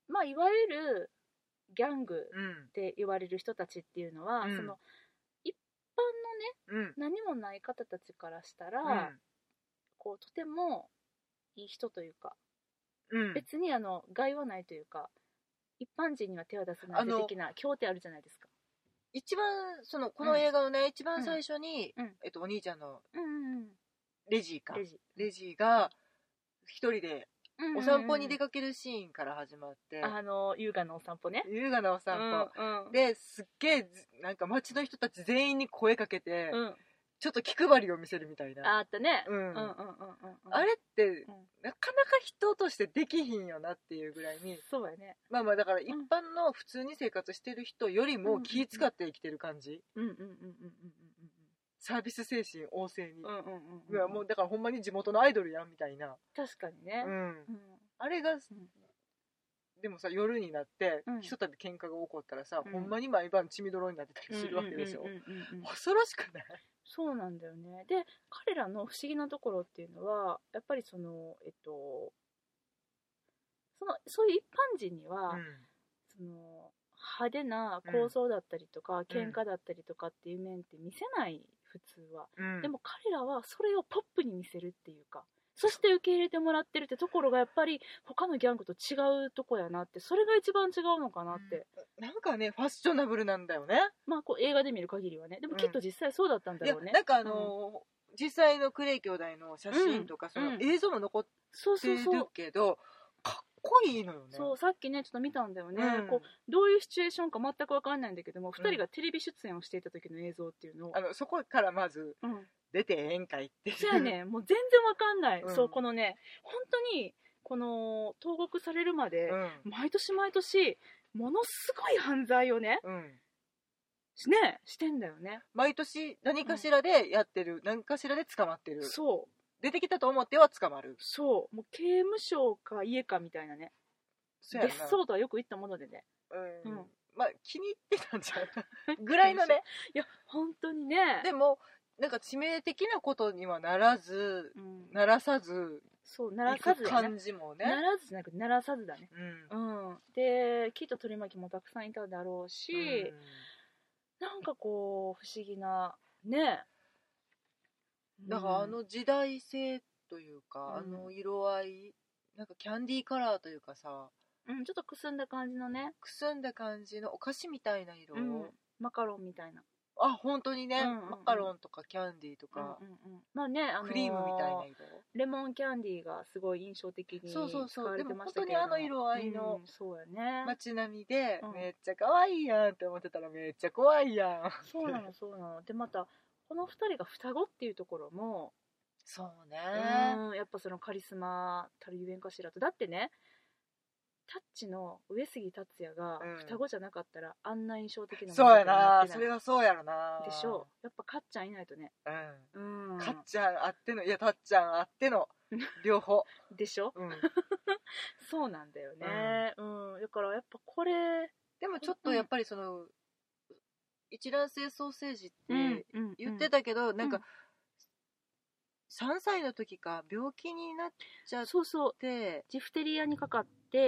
まあいわゆるギャングって言われる人たちっていうのは、うん、その一般のね、うん、何もない方たちからしたら、うん、こうとてもいい人というか、うん、別にあの害はないというか、一般人には手を出せない的な協定あるじゃないですか。 一番そのこの映画のね、うん、一番最初に、うん、えっと、お兄ちゃんのレジーか、レジ、レジーが一人でお散歩に出かけるシーンから始まって、 あの優雅なお散歩ね、 優雅なお散歩、うんうん、ですっげえなんか街の人たち全員に声かけて、うん、ちょっと気配りを見せるみたいな。 あったね、うん、 あれって、うん、なかなか人としてできひんよなっていうぐらいに。 そうやね。 まあまあだから一般の普通に生活してる人よりも気使って生きてる感じ。サービス精神旺盛に。もうだからほんまに地元のアイドルやんみたいな。 確かにね。うん。 あれが、うん、でもさ夜になって、うん、ひとたび喧嘩が起こったらさ、うん、ほんまに毎晩血みどろになってたりするわけでしょ。恐ろしくない？ そうなんだよね。で彼らの不思議なところっていうのはやっぱりそのえっとそのそういう一般人には、うん、その派手な抗争だったりとか、うん、喧嘩だったりとかっていう面って見せない普通は、うん、でも彼らはそれをポップに見せるっていうか、そして受け入れてもらってるってところがやっぱり他のギャングと違うとこやなって、それが一番違うのかなって、 うん、なんかねファッショナブルなんだよね。 まあこう映画で見る限りはね。でもきっと実際そうだったんだろうね。 いやなんかあのーうん、実際のクレイ兄弟の写真とか、うん、その映像も残ってるけど、そうそうそう、かっこいいのよね。 そうさっきねちょっと見たんだよね、うん、こうどういうシチュエーションか全く分かんないんだけども、うん、ふたりがテレビ出演をしていた時の映像っていうのを、 あのそこからまず、うん、出てええんかいっていう。 そうやね、もう全然分かんない、うん、そうこのね本当にこの投獄されるまで、うん、毎年毎年ものすごい犯罪をね、うん、ねしてんだよね。 毎年何かしらでやってる、うん、何かしらで捕まってる。 そう出てきたと思っては捕まる。 そうもう刑務所か家かみたいなね。別荘とはよく言ったものでね、 うん、うん、まあ気に入ってたんじゃないぐらいのねいや本当にね。 でもなんか致命的なことにはならず、うん、ならさず、 そうならさず、 ね、感じもね、 ならずじゃなくてならさずだね、うんうん、できっと取り巻きもたくさんいただろうし、うん、なんかこう不思議なね、 だからあの時代性というか、うん、あの色合いなんかキャンディーカラーというかさ、 うん、ちょっとくすんだ感じのね、 くすんだ感じのお菓子みたいな色、うん、 マカロンみたいな、 あ本当にね、うんうんうん、マカロンとかキャンディーとか、うんうんうん、 まあね、あのー、 クリームみたいな色、 レモンキャンディーがすごい印象的に使われてましたけど、そうそうそう、でも本当にあの色合いの街並みで、 うん、 めっちゃ可愛いやんって思ってたらめっちゃ怖いやん。 そうなのそうなの。でまたこのふたりが双子っていうところもそうね、 うんやっぱそのカリスマたるゆえんかしらと。だってねタッチの上杉達也が双子じゃなかったら、うん、あんな印象的なものそうやな、それはそうやろな。 でしょう。やっぱかっちゃんいないとね、 うん、うん、かっちゃんあっての、いやたっちゃんあっての両方でしょ、うん、そうなんだよね、うん、うん、だからやっぱこれでもちょっとやっぱりその、うん、一卵性ソーセージって言ってたけど、うんうん、なんか、うん、さんさいの時か病気になっちゃって、 そうそうジフテリアにかかって、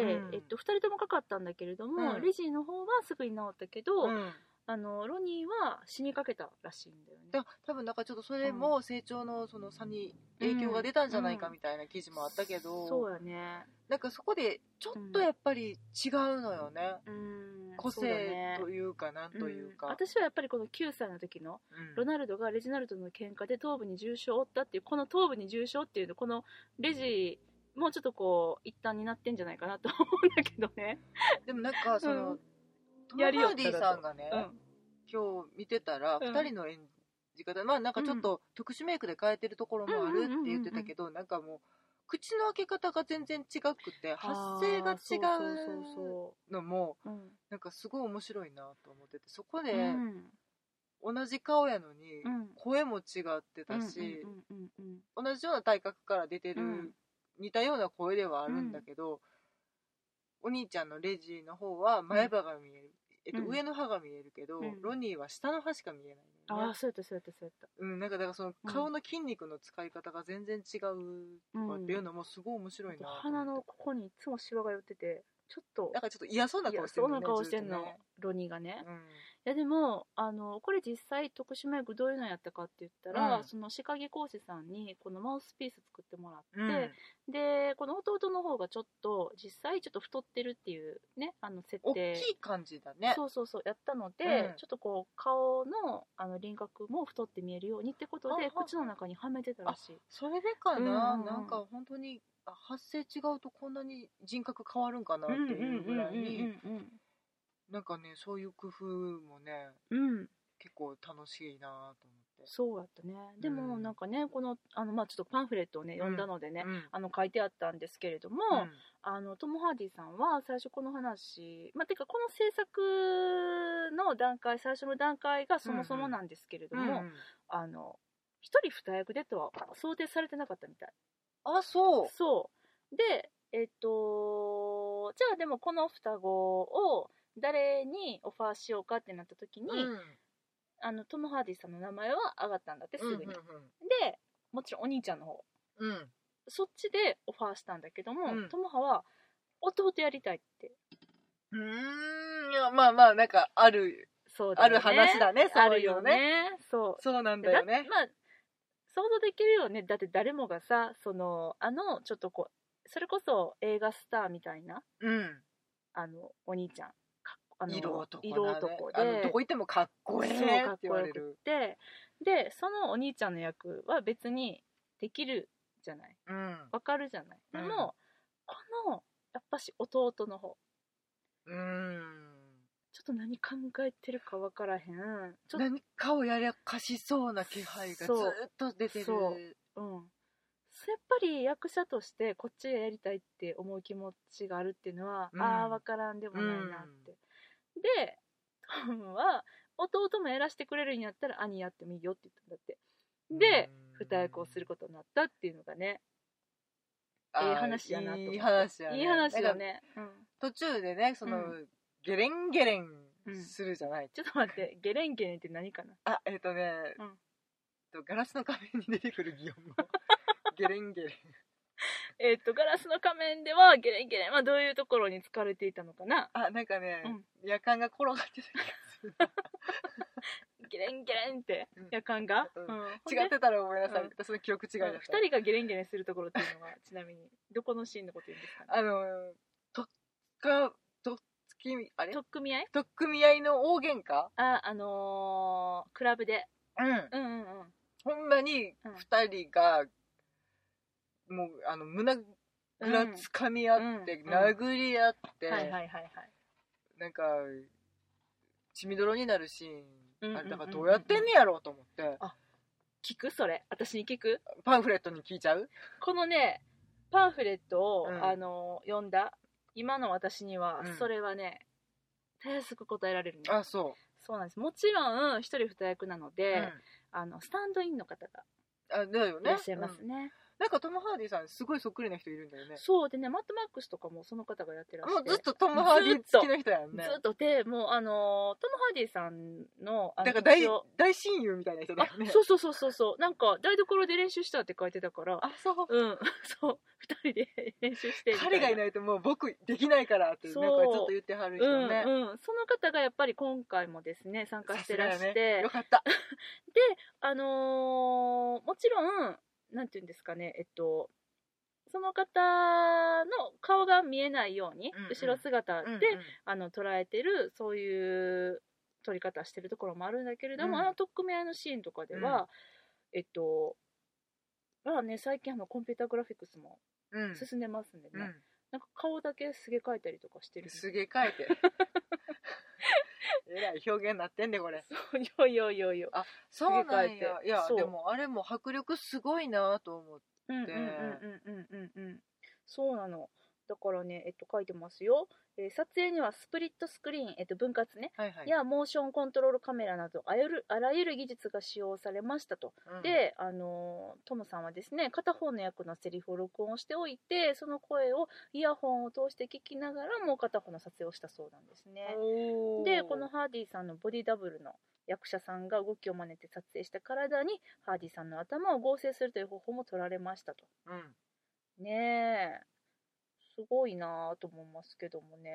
うんえっと、ふたりともかかったんだけれども、うん、レジーの方はすぐに治ったけど、うん、あのロニーは死にかけたらしいんだよね。 だ多分なんかちょっとそれも成長のその差に影響が出たんじゃないかみたいな記事もあったけど、うんうん、そうやね。 なんかそこでちょっとやっぱり違うのよね、うん、個性というかなんというか、 うん、私はやっぱりこのきゅうさいの時のロナルドがレジナルドの喧嘩で頭部に重傷を負ったっていう、この頭部に重傷っていうの、このレジもうちょっとこう一旦になってんじゃないかなと思うんだけどね。 でもなんかその、うん、トム・ハーディさんがね、うん、今日見てたらふたりの演じ方、うん、まあなんかちょっと特殊メイクで変えてるところもあるって言ってたけど、なんかもう口の開け方が全然違くて発声が違うのもなんかすごい面白いなと思ってて、そこで同じ顔やのに声も違ってたし、同じような体格から出てる似たような声ではあるんだけど、お兄ちゃんのレジの方は前歯が見える、えっと、上の歯が見えるけど、ロニーは下の歯しか見えない。 ああそうやったそうやったそうやった。 うん、なんかだからその顔の筋肉の使い方が全然違うとかっていうのもすごい面白いな、うん、 鼻のここにいつもシワが寄っててちょっとなんかちょっと嫌そうな顔してるのね。嫌そうな顔してんの、ね、ロニーがね、うん、いやでもあのこれ実際特殊メイクどういうのやったかって言ったら、うん、その歯科技講師さんにこのマウスピース作ってもらって、うん、でこの弟の方がちょっと実際ちょっと太ってるっていうねあの設定、 大きい感じだね。 そうそうそうやったので、うん、ちょっとこう顔のあの輪郭も太って見えるようにってことで口の中にはめてたらしい。 それでかな、うんうんうん、なんか本当に発声違うとこんなに人格変わるんかなっていうぐらいになんかねそういう工夫もね、うん、結構楽しいなと思って。 そうやったね。でもなんかね、うん、このあの、まあ、ちょっとパンフレットをね読んだのでね、うん、あの書いてあったんですけれども、うん、あのトム・ハーディさんは最初この話、まあ、てかこの制作の段階最初の段階がそもそもなんですけれども、うんうん、あの一人二役でとは想定されてなかったみたい。 あ、そうそうでえっとじゃあでもこの双子を誰にオファーしようかってなった時に、うん、あのトム・ハーディさんの名前は上がったんだってすぐに、うんうんうん、でもちろんお兄ちゃんの方、うん、そっちでオファーしたんだけども、うん、トムハは弟やりたいって。 うーんいやまあまあなんかあるそうだ、ね、ある話だねそういうのね。あるよね。そうそうなんだよね。まあ想像できるよね。だって誰もがさそのあのちょっとこうそれこそ映画スターみたいな、うん、あのお兄ちゃんあの色男、ね、 色男であのどこ行ってもかっこいいねって言われる。 でそのお兄ちゃんの役は別にできるじゃない、うん、わかるじゃない。でも、うん、このやっぱし弟の方、うん、ちょっと何考えてるかわからへん。ちょ何かをやらかしそうな気配がずっと出てる。そう、 うん、やっぱり役者としてこっちがやりたいって思う気持ちがあるっていうのは、うん、ああ分からんでもないなって、うん、でトムは弟もやらせてくれるんやったら兄やってもいいよって言ったんだって。で二役をすることになったっていうのがね、ええ話やなと思って。いい話やね。いい話だね。 うん、途中でねその、うん、ゲレンゲレンするじゃない、うん、 ちょっと待ってゲレンゲレンって何かな。 あえっ、ー、とね、うん、ガラスの仮面に出てくる擬音語ゲレンゲレンえっとガラスの仮面ではゲレンゲレンはどういうところに使われていたのかな。 あなんかね、うん、夜間が転がってた気がするゲレンゲレンって夜間が、うんうん、 違ってたらごめんなさい、うん、私の記憶違いだった。 ふたりがゲレンゲレンするところっていうのはちなみにどこのシーンのこと言うんですかね。 あのとっかとっきあれとっくみ合いとっくみ合いの大喧嘩ああのー、クラブで、うん、うんうんうんほんまにふたりが、うん、もうあの胸ぐらつかみ合って、うん、殴り合って、うん、はいはいはいはいなんか血みどろになるシーン、うん、あれだからどうやってんねやろうと思って、うんうんうん、 あ聞くそれ私に聞く。 パンフレットに聞いちゃう。 このねパンフレットを、うん、あの読んだ今の私には、うん、それはねたやすく答えられるね。 あそうそうなんです。もちろん一人二役なので、うん、あのスタンドインの方があだよねいらっしゃいますね、うん、 なんかトム・ハーディさんすごいそっくりな人いるんだよね。 そうでねマッドマックスとかもその方がやってらっしゃってもうずっとトム・ハーディ好きな人やんね。 ずっとでもうあのトム・ハーディさんのあのだから 大, 大親友みたいな人だよね。 そうそうそうそうそうなんか台所で練習したって書いてたから。 あそううんそうふたりで練習して彼がいないともう僕できないからってなんかちょっと言ってはる人ね、 うんうん、その方がやっぱり今回もですね参加してらして、 ね、よかったであのー、もちろんなんていうんですかねえっとその方の顔が見えないように、うんうん、後ろ姿で、うんうん、あの捉えてるそういう撮り方してるところもあるんだけれども、うん、あの取っ組み合いのシーンとかでは、うん、えっとまあね最近あのコンピューターグラフィックスも進んでますんでね、うん、なんか顔だけすげ替えたりとかしてる。 すげ替えてえらい表現になってんねこれ。 そういやいやいやいやあそうなんや。いやでもあれも迫力すごいなと思って。うんうんうんうんうんうん。そうなの。だからね、えっと、書いてますよ。えー、撮影にはスプリットスクリーン、えっと、分割ね、はいはい、やモーションコントロールカメラなどあらゆる、あらゆる技術が使用されましたと。うん、で、あのー、トムさんはですね、片方の役のセリフを録音しておいて、その声をイヤホンを通して聞きながらもう片方の撮影をしたそうなんですね。で、このハーディさんのボディダブルの役者さんが動きを真似て撮影した体にハーディさんの頭を合成するという方法も取られましたと。うん、ねえ。 すごいなと思いますけどもね。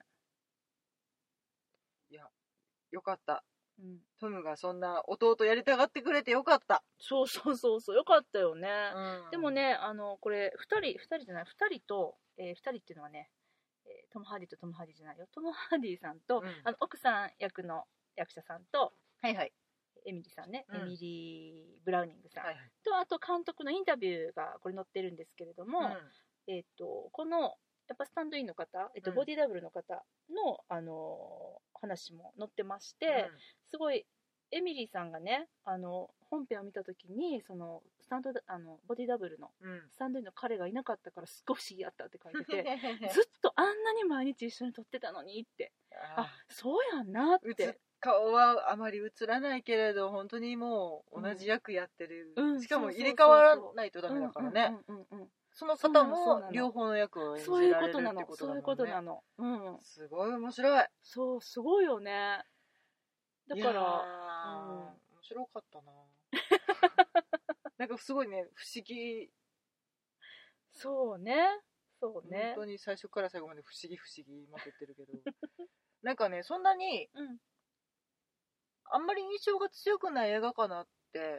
いや、よかった、 うん、 トムがそんな弟やりたがってくれてよかった。 そうそうそうそう、よかったよね、 うん、 でもね、あのこれふたりふたりじゃないふたりと、えー、ふたりっていうのはね、えー、トム・ハーディとトム・ハーディじゃないよトム・ハーディさんと、うん、あの奥さん役の役者さんと、 はいはい、 エミリーさんね、 うん、 エミリー・ブラウニングさん、 はいはい、 とあと監督のインタビューがこれ載ってるんですけれども、うん、えー、とこのやっぱスタンドインの方、えーとうん、ボディダブルの方の、あのー、話も載ってまして、うん、すごいエミリーさんがね、あの本編を見た時にそのスタンドあのボディダブルのスタンドインの彼がいなかったからすっごい不思議やったって書いててずっとあんなに毎日一緒に撮ってたのにって、ああそうやんなって。 顔はあまり映らないけれど本当にもう同じ役やってる、うん、しかも入れ替わらないとダメだからね。その方も両方の役を演じられるってことだもんね。 そういうことなの、うん、 すごい面白い。 そうすごいよね。だから、うん、 面白かったななんかすごいね、不思議。 そうね、そうね。 本当に最初から最後まで不思議不思議まくってるけどなんかね、そんなに、うん、あんまり印象が強くない映画かなって、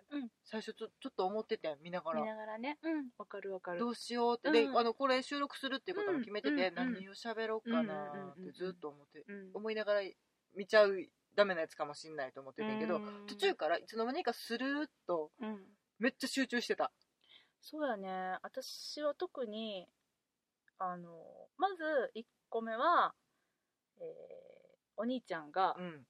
うん、最初ちょ、ちょっと思ってて、見ながら。 見ながらね。うん、わかるわかる。 どうしようって。で、うん、あの、これ収録するっていうことも決めてて、うん、何を喋ろうかなってずっと思って、うん、思いながら見ちゃうダメなやつかもしんないと思ってたけど、途中からいつの間にかスルーっと、めっちゃ集中してた。 そうだね。私は特に、あの、まずいっこめは、えー、お兄ちゃんが、うん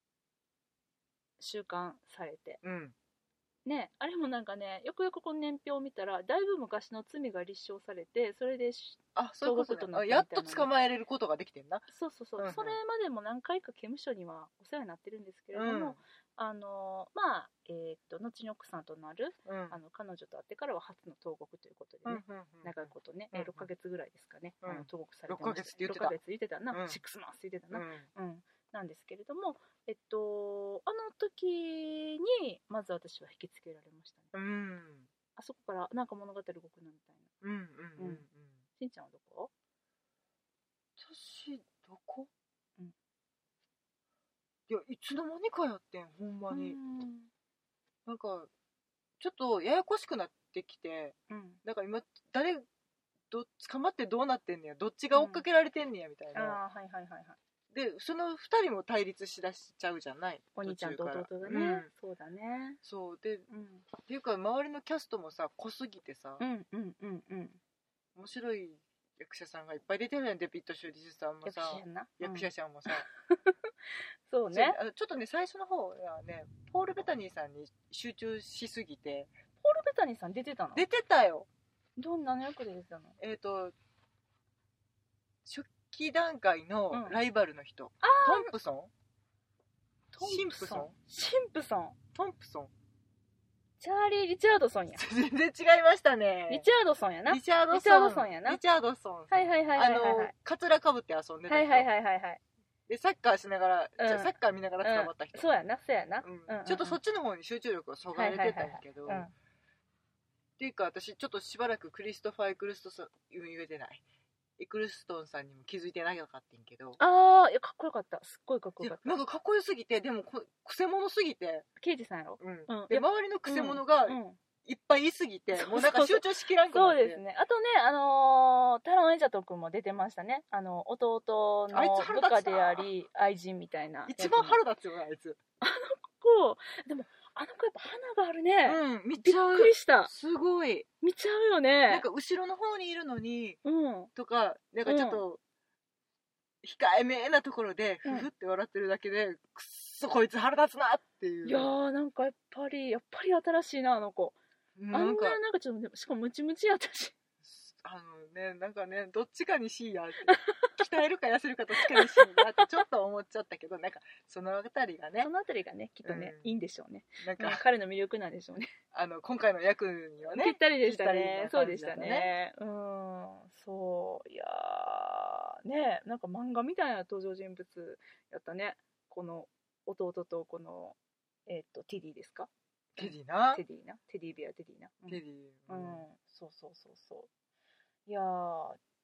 収監されて、うん、ね、あれもなんかね、よくよくこの年表を見たらだいぶ昔の罪が立証されて、それであそういうことね、あやっと捕まえれることができてんな。 そうそうそう、うんうん、それまでも何回か刑務所にはお世話になってるんですけれども、うん、あのまあえー、っと後に奥さんとなる、うん、あの彼女と会ってからは初の投獄ということでね、うんうんうん、長いことね、うんうん、ろっかげつぐらいですかね、うん、あの投獄されてました。ろっかげつって言ってた。ろっかげつ言ってたな、うん、シックスマンス言ってたな、うんうんなんですけれども、えっと、あの時にまず私は引きつけられましたね。うん、あそこからなんか物語動くなみたいな。うんうんうんうん。しんちゃんはどこ？ 私どこ？うん。いやいつの間にかやってんほんまに。んなんかちょっとややこしくなってきて、うん、なんか今誰ど捕まってどうなってんねや、どっちが追っかけられてんねやみたいな。うん、あはいはいはいはい。でそのふたりも対立しだしちゃうじゃない、 お兄ちゃんと弟がね、うん、そうだね。 そうで、うん、っていうか周りのキャストもさ濃すぎてさ、うんうんうんうん、面白い役者さんがいっぱい出てるやん。デビッド・シュリスさんもさ、役者さんもさそうね、 あのちょっとね最初の方はねポール・ベタニーさんに集中しすぎて。 ポール・ベタニーさん出てたの？ 出てたよ。 どんな役で出てたの？ えっと初期段階のライバルの人、うん、トンプソンシンプソンシンプソントンプソンチャーリー・リチャードソンや。 全然違いましたね。 リチャードソンやな。 リチャードソン。 リチャードソンやな。 リチャードソン。 はいはいはいはい、はい、あのカツラかぶって遊んでた人。 はいはいはいはいはい。でサッカーしながら、うん、サッカー見ながら捕まった人。 うん、そうやなそうやな、 うんうんうん。ちょっとそっちの方に集中力をそがれてたんやけど。はいはいはいはい、うん、っていうか私ちょっとしばらくクリストファー・エクルストソン言えてない。エクルストンさんにも気づいてなかったんけど、 ああ、いやかっこよかった、すっごいかっこよかった。 なんかかっこよすぎて、でもくせ者すぎて、 刑事さんやろ、 うんうん、で周りのくせ者がいっぱいいすぎて、うん、もうなんか集中しきらんくなって。 そうですね。あとね、あのー、タロン・エジャト君も出てましたね。あの弟の部下であり愛人みたいな。 一番腹立つよなあいつ。 あの子でもあの子やっぱ花があるね。 うん、見ちゃう。 びっくりした。 すごい。 見ちゃうよね。 なんか後ろの方にいるのに、うん、とか、なんかちょっと、控えめなところで、ふふって笑ってるだけで、うん、くっそこいつ腹立つなっていう。 いやー、なんかやっぱり、やっぱり新しいな、あの子。なんかあんな、なんかちょっと、しかもムチムチやったし。 あのね、なんかね、どっちかにしいやって。鍛えるか痩せるかどっちかにしいやってちょっと思っちゃったけど、なんかそのあたりがね、 そのあたりがねきっとね、うん、いいんでしょうね。なんか、うん、彼の魅力なんでしょうね。 あの今回の役にはねぴったりでしたね。ねそうでしたね。うん、そういやーね、なんか漫画みたいな登場人物やったね。この弟とこのえっとテディですか？ テディな。 テディな。テディベアテディな。 テディ。 うん、うん、そうそうそうそう。いやー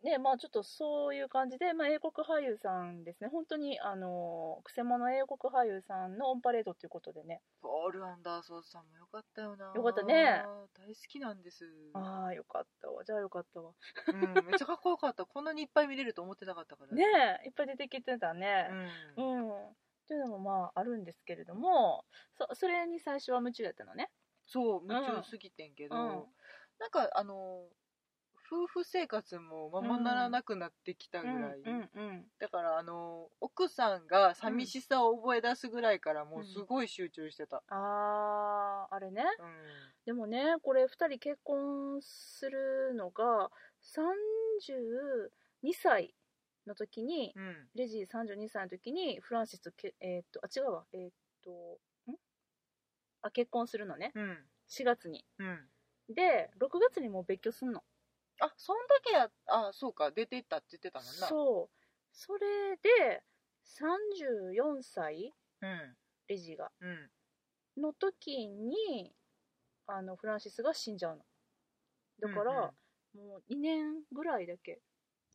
ね、まあちょっとそういう感じで、まあ、英国俳優さんですね、本当にあのくせ者英国俳優さんのオンパレードということでね。 ポール・アンダーソンさんもよかったよな。 よかったね。 大好きなんです。 ああ、よかったわ。じゃあよかったわ。 うん、めっちゃかっこよかった。こんなにいっぱい見れると思ってなかったからね。ねえ、いっぱい出てきてたね。うん。うん、っていうのもまああるんですけれども、そそれに最初は夢中やったのね。 そう、夢中すぎてんけど、うん、なんかあの夫婦生活もままならなくなってきたぐらい、うんうんうんうん、だからあの奥さんが寂しさを覚え出すぐらいからもうすごい集中してた、 うん、あーあれね、うん、でもねこれふたり結婚するのがさんじゅうにさいの時に、うん、レジーさんじゅうにさいの時にフランシスとけ、えー、っとあ違うわえー、っとんあ結婚するのね、うん、しがつに、うん、でろくがつにもう別居すんの。 あ、そんだけや、あ、そうか、出ていったって言ってたもんな。 そう。それで、さんじゅうよんさい、うん、レジが、うん、の時に、あの、フランシスが死んじゃうの。だから、うんうん、もうにねんぐらいだけ、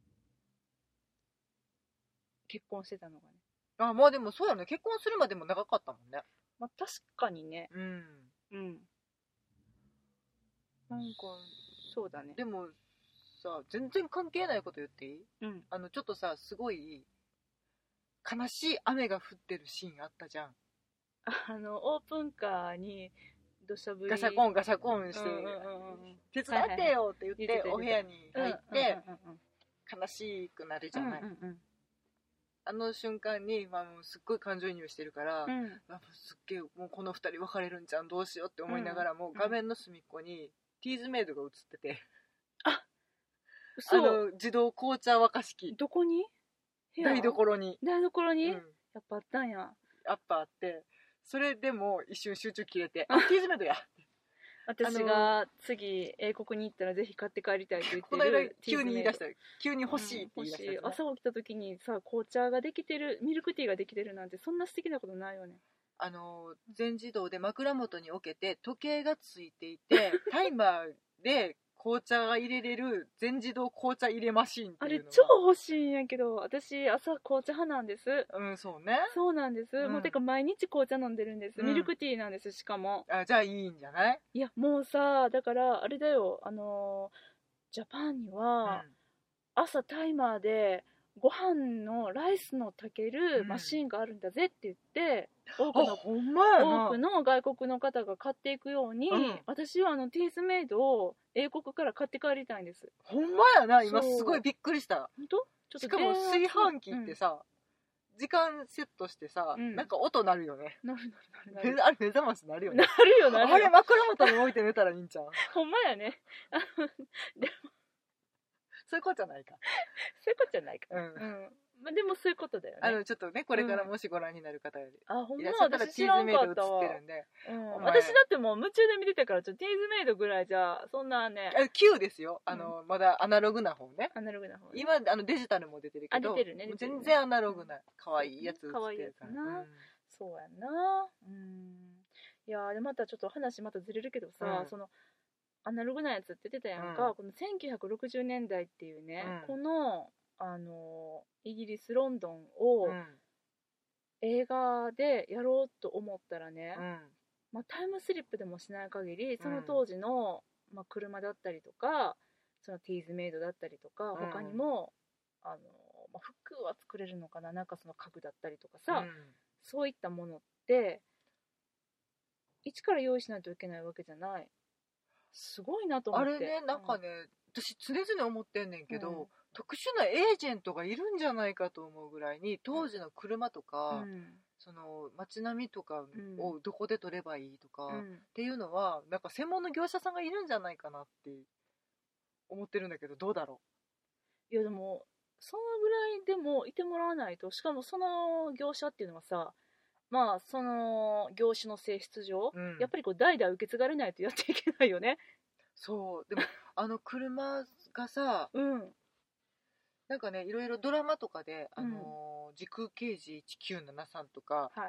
結婚してたのがね。 あ、まあでもそうやね。結婚するまでも長かったもんね。 まあ確かにね。うん。うん。なんか、そうだね。 でも、さ、全然関係ないこと言っていい？うん、あのちょっとさすごい悲しい雨が降ってるシーンあったじゃん。 あのオープンカーに土砂降りガシャコンガシャコンして、うんうんうん、手伝ってよって言ってお部屋に入って悲しくなるじゃない、うんうんうん、あの瞬間に、まあ、もうすっごい感情移入してるから、うん、すっげえもうこのふたり別れるんじゃんどうしようって思いながらも、うん、画面の隅っこにティーズメイドが映ってて、ああの自動紅茶沸かし器、 どこに？ 台所に台所に、うん、やっぱあったんや。 やっぱあって、それでも一瞬集中切れてあティーズメイドや私が次英国に行ったらぜひ買って帰りたいと言ってるこの間急に言い出した急に欲しいって言い出した、ね、 うん、朝起きた時にさ紅茶ができてるミルクティーができてるなんてそんな素敵なことないよね。 あの全自動で枕元に置けて時計がついていてタイマーで紅茶が入れれる全自動紅茶入れマシーンっていうのがあれ超欲しいんやけど私朝紅茶派なんです。 うんそうねそうなんです、うん、もうてか毎日紅茶飲んでるんです、うん、ミルクティーなんですしかも。 あじゃあいいんじゃない？ いやもうさだからあれだよあのジャパンには、うん、朝タイマーでご飯のライスの炊けるマシーンがあるんだぜって言って、うん、多くのほんまやな多くの外国の方が買っていくように、うん、私はあのティーズメイドを英国から買って帰りたいんです。 ほんまやな今すごいびっくりした。 本当？ちょっとしかも炊飯器ってさ、うん、時間セットしてさ、うん、なんか音鳴るよね。 なるなるなるあれ目覚まし鳴るよね。 なるよなるよ。 あれ枕元に置いて寝たらいいんちゃう？ ほんまやね。でもそういうことじゃないか。 そういうことじゃないか。うん。うんまあ、でもそういうことだよね。 あのちょっとねこれからもしご覧になる方より、 うん、あほんま私知らんかったわ。 うん、私だってもう夢中で見てたからちょっとティーズメイドぐらいじゃそんなね。 きゅうですよ。あの、うん、まだアナログな方ね。 アナログな方、ね。 今あのデジタルも出てるけど。 あ出てるね。 出てるね全然アナログな可愛いやつ映ってるから。 可愛いやつな。うん、そうやな。うん。いやでまたちょっと話またずれるけどさ、うん、そのアナログなやつって出てたやんか、うん、このせんきゅうひゃくろくじゅうねんだいっていうね、うん、このあのイギリスロンドンを映画でやろうと思ったらね、うんまあ、タイムスリップでもしない限りその当時の、まあ、車だったりとかそのティーズメイドだったりとか、うん、他にもあの、まあ、服は作れるのかななんかその家具だったりとかさ、うん、そういったものって一から用意しないといけないわけじゃない。すごいなと思って。 あれねなんかね、うん、私常々思ってんねんけど、うん、特殊なエージェントがいるんじゃないかと思うぐらいに当時の車とか、うん、その街並みとかをどこで撮ればいいとか、うん、っていうのはなんか専門の業者さんがいるんじゃないかなって思ってるんだけどどうだろう。いやでもそのぐらいでもいてもらわないとしかもその業者っていうのはさまあその業種の性質上、うん、やっぱりこう代々受け継がれないとやっていけないよね。 そうでもあの車がさ、うん、なんかねいろいろドラマとかで、あのーうん、時空刑事いちきゅうななさんとか、はい、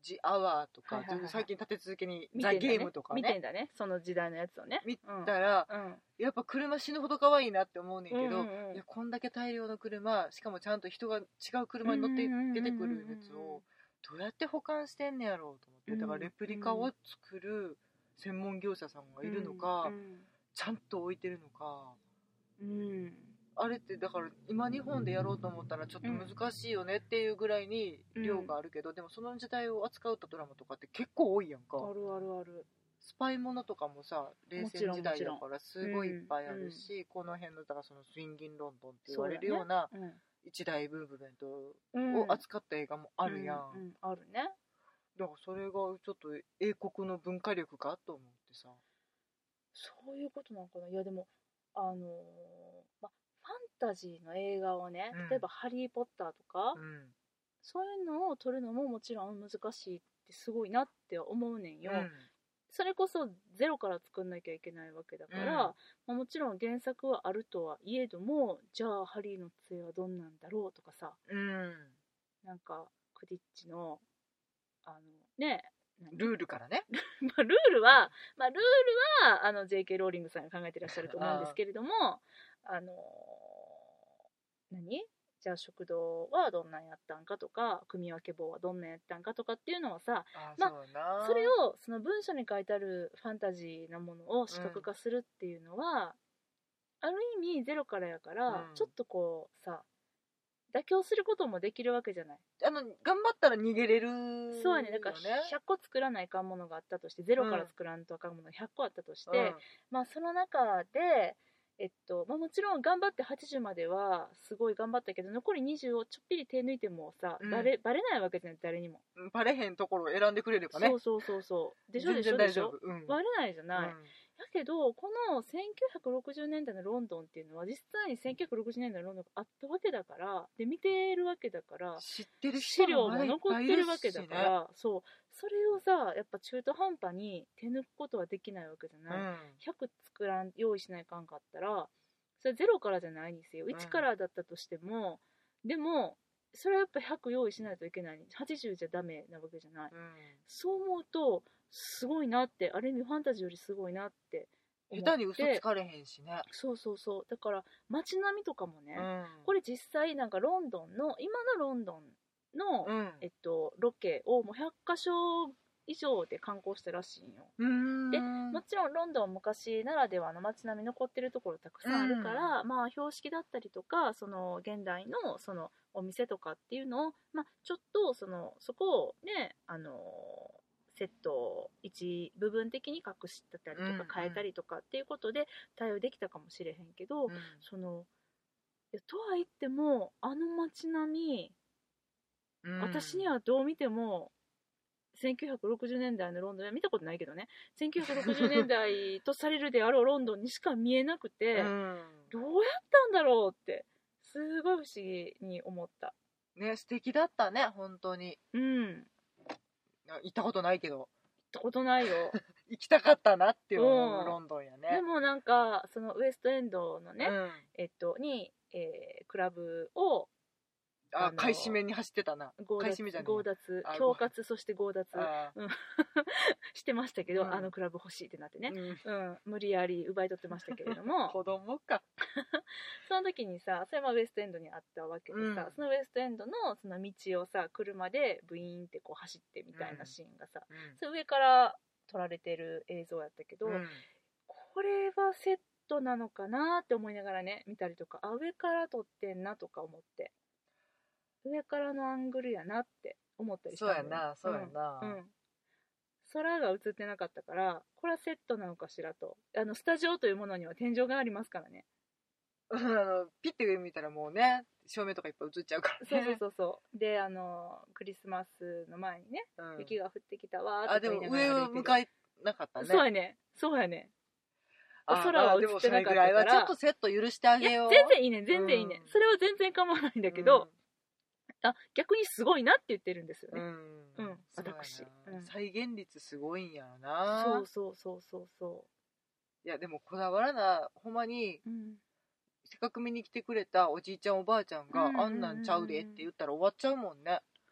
ジアワーとか、はいはいはい、最近立て続けにザ・ゲームとかね見てんだね、その時代のやつをね見たら、うん、やっぱ車死ぬほど可愛いなって思うねんけど、うんうんうん、いやこんだけ大量の車、しかもちゃんと人が違う車に乗って出てくるやつをどうやって保管してんねやろうと思って、だからレプリカを作る専門業者さんがいるのか、うんうん、ちゃんと置いてるのか、うん、あれってだから今日本でやろうと思ったらちょっと難しいよねっていうぐらいに量があるけど、うん、でもその時代を扱うドラマとかって結構多いやんか。 あるあるある。 スパイものとかもさ、冷戦時代だからすごいいっぱいあるし、うんうん、この辺のだからそのスインギンロンドンって言われるような一大ムーブメントを扱った映画もあるやん、 うんうんうん、あるね。 だからそれがちょっと英国の文化力かと思ってさ。 そういうことなのかな。いやでもあのー、ま、ファンタジーの映画をね、例えばハリーポッターとか、うん、そういうのを撮るのももちろん難しいってすごいなって思うねんよ、うん、それこそゼロから作んなきゃいけないわけだから、うん、まあ、もちろん原作はあるとはいえども、じゃあハリーの杖はどんなんだろうとかさ、うん、なんかクディッチのあのねルールからねまあルールは、まあ、ルールはあの ジェイケー ローリングさんが考えてらっしゃると思うんですけれども、あの何じゃあ食堂はどんなんやったんかとか、組分け棒はどんなんやったんかとかっていうのはさ、あ、まあ、それをその文章に書いてあるファンタジーなものを視覚化するっていうのは、うん、ある意味ゼロからやから、うん、ちょっとこうさ妥協することもできるわけじゃない。 あの頑張ったら逃げれるよね。 そうやね。だからひゃっこ作らないかんものがあったとして、ゼロから作らんとあかんものがひゃっこあったとして、うん、まあその中でえっとまあ、もちろん頑張ってはちじゅうまではすごい頑張ったけど、残りにじゅうをちょっぴり手抜いてもさ、うん、バレバレないわけじゃない、誰にも。 バレへんところを選んでくれればね。 そうそうそうそうでしょでしょでしょ、うん、バレないじゃない、うん、だけどこのせんきゅうひゃくろくじゅうねんだいのロンドンっていうのは実際にせんきゅうひゃくろくじゅうねんだいのロンドンがあったわけだから、で見てるわけだから、 知ってる資料も残ってるわけだから、ね、そうそれをさやっぱ中途半端に手抜くことはできないわけじゃない、うん、ひゃく作らん用意しないかんかったらそれゼロからじゃないにせよ、いちからだったとしても、うん、でもそれはやっぱひゃく用意しないといけない、はちじゅうじゃダメなわけじゃない、うん、そう思うとすごいなって、ある意味ファンタジーよりすごいなって思って。 下手に嘘つかれへんしね。 そうそうそう、だから街並みとかもね、うん、これ実際なんかロンドンの今のロンドンの、うん、えっと、ロケをもうひゃっかしょ以上で観光したらしいんよ。でもちろんロンドンは昔ならではの街並み残ってるところたくさんあるから、まあ標識だったりとかその現代のそのお店とかっていうのを、まあ、ちょっとそのそこをねあのセットを一部分的に隠してたりとか変えたりとかっていうことで対応できたかもしれへんけど、うん、そのいやとは言ってもあの街並み、うん、私にはどう見てもせんきゅうひゃくろくじゅうねんだいのロンドンは見たことないけどね、せんきゅうひゃくろくじゅうねんだいとされるであろうロンドンにしか見えなくて、うん、どうやったんだろうってすごい不思議に思ったね。素敵だったね本当に。うん、行ったことないけど。行ったことないよ行きたかったなって思う、うん、ロンドンやね。 でもなんかそのウエストエンドのね、うん、えっとに、えー、クラブをあ買い占めに走ってたな。 強奪、強奪恐喝そして強奪、うん、してましたけど、うん、あのクラブ欲しいってなってね、うんうん、無理やり奪い取ってましたけれども子供かその時にさ、それもウエストエンドにあったわけでさ、うん、そのウエストエンドのその道をさ車でブイーンってこう走ってみたいなシーンがさ、うん、それ上から撮られてる映像やったけど、うん、これはセットなのかなって思いながらね見たりとか、あ上から撮ってんなとか思って、上からのアングルやなって思ったりした、 ね、そうやなそうやな、 うんうん、空が映ってなかったからこれはセットなのかしらと。あのスタジオというものには天井がありますからねあのピッて上見たらもうね照明とかいっぱい映っちゃうからね。 そうそうそうそうであのクリスマスの前にね、うん、雪が降ってきたわーって言いながら歩いてる。 あでも上を向かいなかったね。 そうやねそうやね空は映ってなかったから。でもそれぐらいはちょっとセット許してあげよう。 いや全然いいね全然いいね、うん、それは全然構わないんだけど、うんあ逆にすごいなって言ってるんですよね。うん、うん、私、うん、 再現率すごいんやろな。 そうそうそうそうそう。 いやでもこだわらなほんまに、うん、せっかく見に来てくれたおじいちゃんおばあちゃんが、うんうんうんうん、あんなんちゃうでって言ったら終わっちゃうもんね。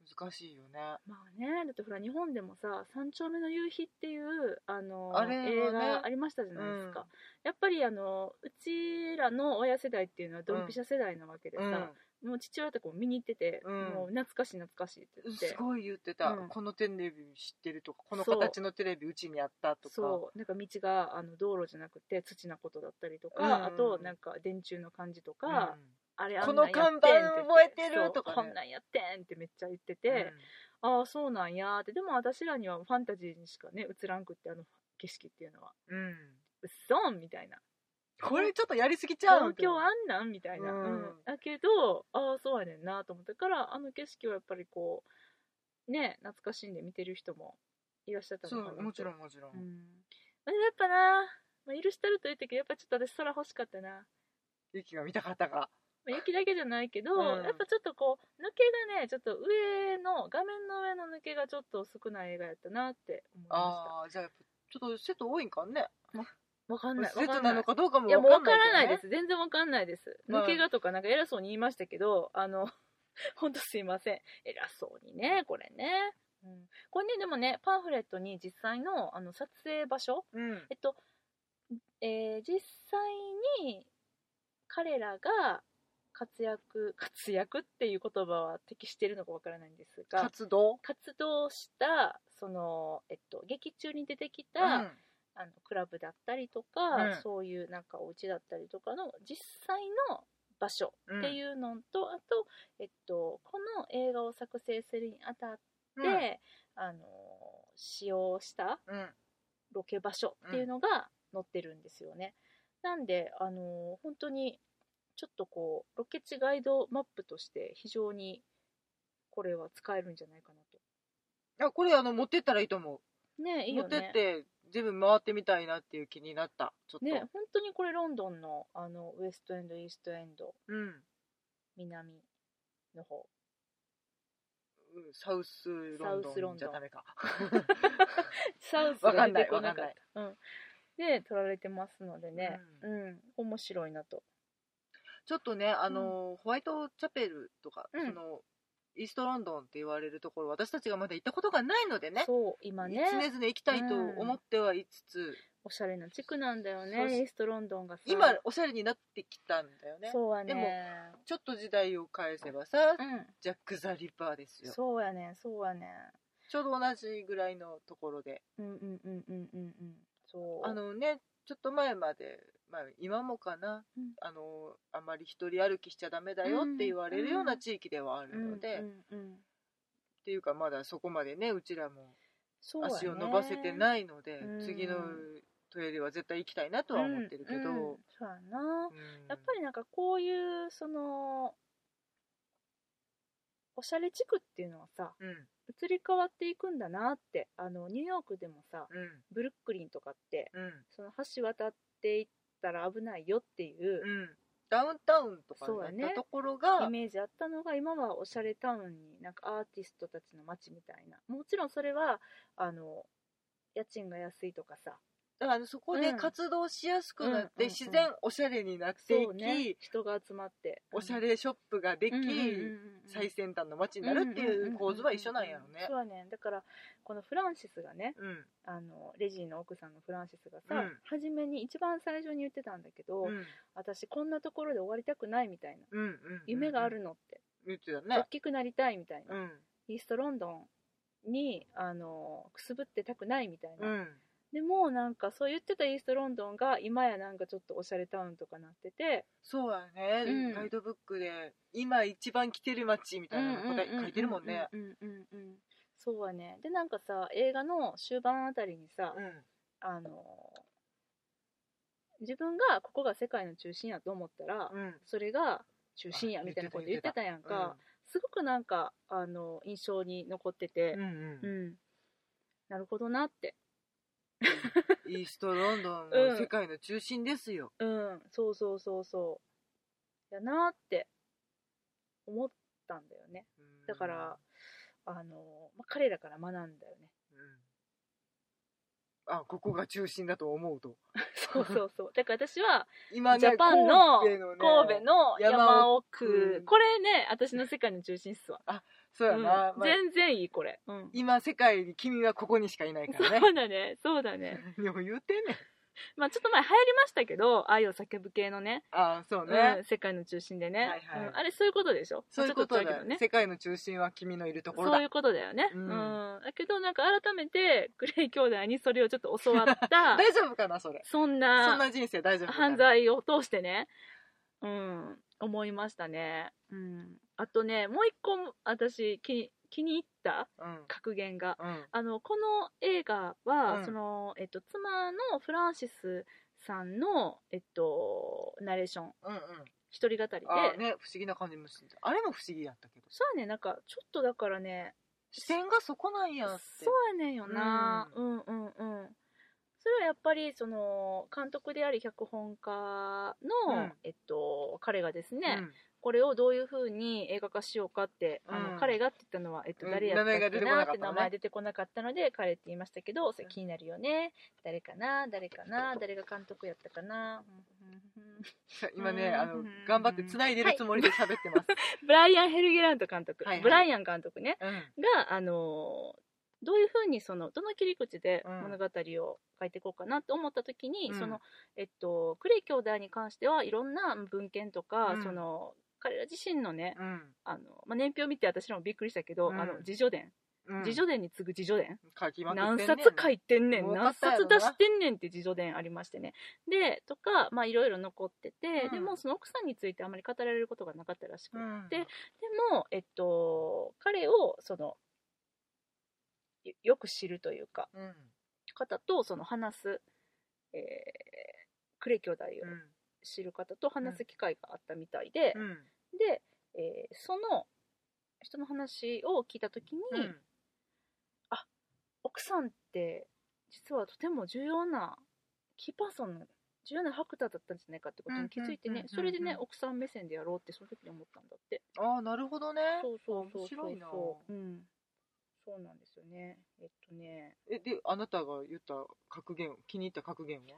難しいよね。 まあね、だってほら日本でもさ三丁目の夕日っていうあのあれはね映画ありましたじゃないですか、 うんやっぱりあのうちらの親世代っていうのはドンピシャ世代なわけでさ、もう父親とかも見に行ってて、 うんもう懐かしい懐かしいって言ってすごい言ってた、 うんこのテレビ知ってるとかこの形のテレビうちにあったとか。 そうなんか道があの道路じゃなくて土なことだったりとか、 うんあとなんか電柱の感じとか、 うんあれこのあんなんやってん看板って言って覚えてるとかねそうこんなんやってんってめっちゃ言ってて、ああそうなんやーって。でも私らにはファンタジーにしかね映らんくって、あの景色っていうのはうん、うん、 うっそんみたいな、 これちょっとやりすぎちゃう東京あんなんみたいな、 ううんんだけどああそうやねんなと思ったから、あの景色はやっぱりこうね懐かしんで見てる人もいらっしゃったのかなと。 そうもちろんもちろん、 うん、あれやっぱな、まあ、許したると言ったけどやっぱちょっと私空欲しかったな。 雪が見たかったが、 まあ雪だけじゃないけど、 うんやっぱちょっとこう抜けがねちょっと上の画面の上の抜けがちょっと少ない映画やったなって思いました。 ああじゃあやっぱちょっとセット多いんかね。 わかんないセットなのかどうかもいやわかんないけど、ね、 もうわからないです。全然わかんないです。 まあ抜けがとかなんか偉そうに言いましたけど、あのほんとすいません、偉そうにねこれね、うん、これねでもねパンフレットに実際のあの撮影場所、 うんえっと、えー実際に彼らが活躍活躍っていう言葉は適しているのかわからないんですが、 活動活動したその、えっと、劇中に出てきた、 うんあのクラブだったりとか、 うんそういうなんかお家だったりとかの実際の場所っていうのと、あと、えっと、この映画を作成するにあたって、 うんあの使用したうんロケ場所っていうのが載ってるんですよね。なんで、あの本当にちょっとこうロケ地ガイドマップとして非常にこれは使えるんじゃないかなと。 あこれあの持ってったらいいと思う。 ねいいよね。 持ってって全部回ってみたいなっていう気になった。ちょっとね本当にこれロンドンのあのウエストエンドイーストエンド、 うん、 南の方、 サウスロンドンじゃダメか。 サウスが出てこなかった。うん、で撮られてますのでね、うん、うん、面白いなと。 ちょっとねあの、うん、ホワイトチャペルとか、 うん、 そのイーストロンドンって言われるところ、私たちがまだ行ったことがないのでね、 そう今ね常々行きたいと思ってはいつつ、うん、 おしゃれな地区なんだよねイーストロンドンがさ。 今おしゃれになってきたんだよね。 そうやね。 でもちょっと時代を返せばさ、うん、ジャック・ザ・リッパーですよ。 そうやねそうやねちょうど同じぐらいのところで、 うんうんうんうんうんうんそうあのねちょっと前まで、まあ、今もかな、うん、あのあまり一人歩きしちゃダメだよって言われるような地域ではあるので、うんうんうんうん、っていうかまだそこまでねうちらも足を伸ばせてないので、ね、次のトイレは絶対行きたいなとは思ってるけど、うんうん、 そうやな、うん、やっぱりなんかこういうそのおしゃれ地区っていうのはさ、うん、移り変わっていくんだなって。あのニューヨークでもさ、うん、ブルックリンとかって、うん、その橋渡っていったら危ないよっていう、 うん、ダウンタウンとかだったところが、 ね、イメージあったのが今はおしゃれタウンになんかアーティストたちの街みたいな。もちろんそれはあの家賃が安いとかさ、 だからそこで活動しやすくなって、うん、自然おしゃれになっていき、ね、 人が集まって、 うん、おしゃれショップができ、うんうんうんうん、最先端の街になるっていう構図は一緒なんやろね。 そうはね。だからこのフランシスがね、うん、あのレジーの奥さんのフランシスがさ、うん、初めに一番最初に言ってたんだけど、うん、私こんなところで終わりたくないみたいな、うんうんうんうん、夢があるのって言ってたね。 大きくなりたいみたいな、イーストロンドンにあのくすぶってたくないみたいな。でもなんかそう言ってたイーストロンドンが今やなんかちょっとおしゃれタウンとかなってて、 そうやね、うん、ガイドブックで今一番来てる街みたいなの答え書いてるもんね。 そうやね。でなんかさ映画の終盤あたりにさ、うん、あの自分がここが世界の中心やと思ったら、うん、それが中心やみたいなこと言ってたやんか、うん、すごくなんかあの印象に残ってて、うんうんうん、なるほどなってイーストロンドンの世界の中心ですよ。 うん、うん、そうそうそうそうやなって思ったんだよね。だからあの、まあ、彼らから学んだよね。 あ、ここが中心だと思うと。 そうそうそう。だから私は、 今ね、 ジャパンの神戸のね、 神戸の山奥、 山奥これね、私の世界の中心っすわ。 あ、そうやな。 うんまあ、 全然いい、これ。うん、 今、世界に君はここにしかいないからね。 そうだね、そうだね。 何を言うてんねん。 まあちょっと前流行りましたけど、愛を叫ぶ系のね。 あ、そうね、 うん。世界の中心でね。 はいはいうん、あれ、そういうことでしょ。 そういうことだよね。 世界の中心は君のいるところだ。 そういうことだよね。 うん。うん、だけど、なんか改めて、グレイ兄弟にそれをちょっと教わった。 大丈夫かな、それ。 そんな、 そんな人生大丈夫かな。 犯罪を通してね。うん。思いましたね。うん。あとね、もう一個、私、気に、気に入った格言が、うん、あのこの映画は、うん、そのえっと、妻のフランシスさんの、えっと、ナレーション、うんうん、一人語りで、 あ、ね、不思議な感じもしてあれも不思議やったけど、 そうやね、なんかちょっとだからね、 視点がそこなんやって。 そうやねんよな、うん、うんうんうんそれはやっぱりその監督であり脚本家の、うん、えっと、彼がですね、うん、これをどういう風に映画化しようかって、うん、あの彼がって言ったのは、えっと、誰やったっけなって名前出てこなかったので彼って言いましたけど、それ気になるよね、誰かな誰かな誰が監督やったかな今ね、あの頑張ってつないでるつもりで喋ってます、はい、 ブライアン・ヘルゲラント監督、はいはい、ブライアン監督ね、 うん、 があのどういうふうにそのどの切り口で物語を書いていこうかなと思った時に、うん、そのえっと、クレイ兄弟に関してはいろんな文献とか、うん、その彼ら自身のね、うん、あのまあ、年表を見て私らもびっくりしたけど、うん、あの自叙伝、うん、自叙伝に次ぐ自叙伝、何冊書いてんねん、何冊出してんねんって自叙伝ありましてね、でとかまあいろいろ残ってて、うん、でもその奥さんについてあまり語られることがなかったらしくて、うん、でもえっと彼をそのよく知るというか、うん、方とその話す、えー、クレイ兄弟を知る方と話す機会があったみたいで、うん、で、えー、その人の話を聞いたときに、うん、あ、奥さんって実はとても重要なキーパーソン、重要なファクターだったんじゃないかってことに気づいてね、それでね、奥さん目線でやろうってその時に思ったんだって。 ああ、なるほどね。 そうそうそうそう。 面白いな。 うん。そうなんですよね。えっとね。 え、で、あなたが言った格言、気に入った格言は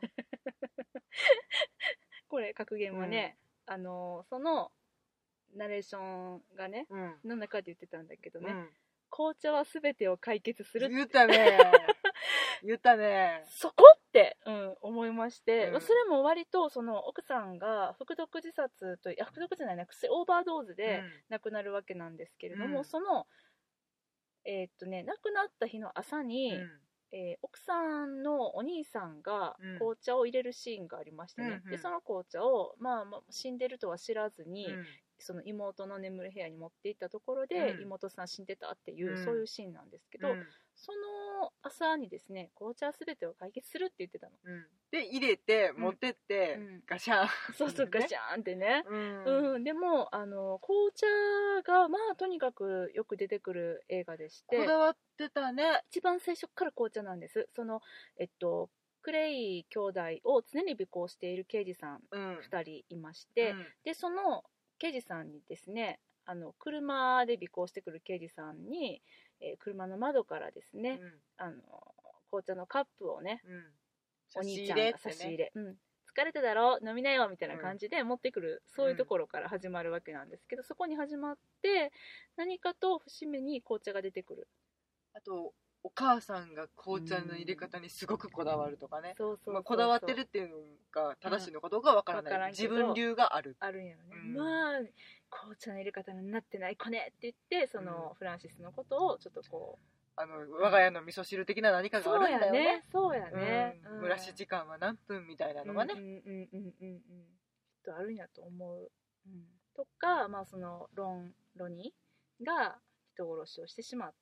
これ、格言はね、うん、あの、その、ナレーションがね、うん、の中で言ってたんだけどね、うん、紅茶は全てを解決するって。 言ったね。言ったね。 そこって、うん、思いまして、うん、それも割と、その、奥さんが服毒自殺と、いや、服毒じゃないな、薬オーバードーズで亡くなるわけなんですけれども、うん、その、えー、っとね、亡くなった日の朝に、うん、えー、奥さんのお兄さんが紅茶を入れるシーンがありましてね、うん、でその紅茶を、まあ、まあ死んでるとは知らずに、うん、その妹の眠る部屋に持って行ったところで、うん、妹さん死んでたっていう、うん、そういうシーンなんですけど、うん、その朝にですね、紅茶は全てを解決するって言ってたの、うん、 で入れて持ってって、うん、ガシャンそうそうガシャンってね、うんうん、でもあの紅茶がまあとにかくよく出てくる映画でして、 こだわってたね。 一番最初から紅茶なんです。そのえっとクレイ兄弟を常に尾行している刑事さんふたりいまして、うん、でその刑事さんにですね、あの車で尾行してくる刑事さんに、えー、車の窓からですね、うん、あの紅茶のカップをね、うん、お兄ちゃんが差し入れ、うん、疲れただろ飲みなよみたいな感じで持ってくる、うん、そういうところから始まるわけなんですけど、そこに始まって何かと節目に紅茶が出てくる。 あとお母さんが紅茶の入れ方にすごくこだわるとかね、こだわってるっていうのが正しいのかどうかは分からない、うん、自分流があるあるんやろね、うん、まあ紅茶の入れ方になってない子ねって言って、その、うん、フランシスのことをちょっとこうあの我が家の味噌汁的な何かがあるんだよね。 そうやね、そうやね、 うん、蒸らし時間は何分みたいなのがね、 うんうんうんうんうん、きっとあるんやと思う、うん、とか、まあそのロンロニーが人殺しをしてしまって、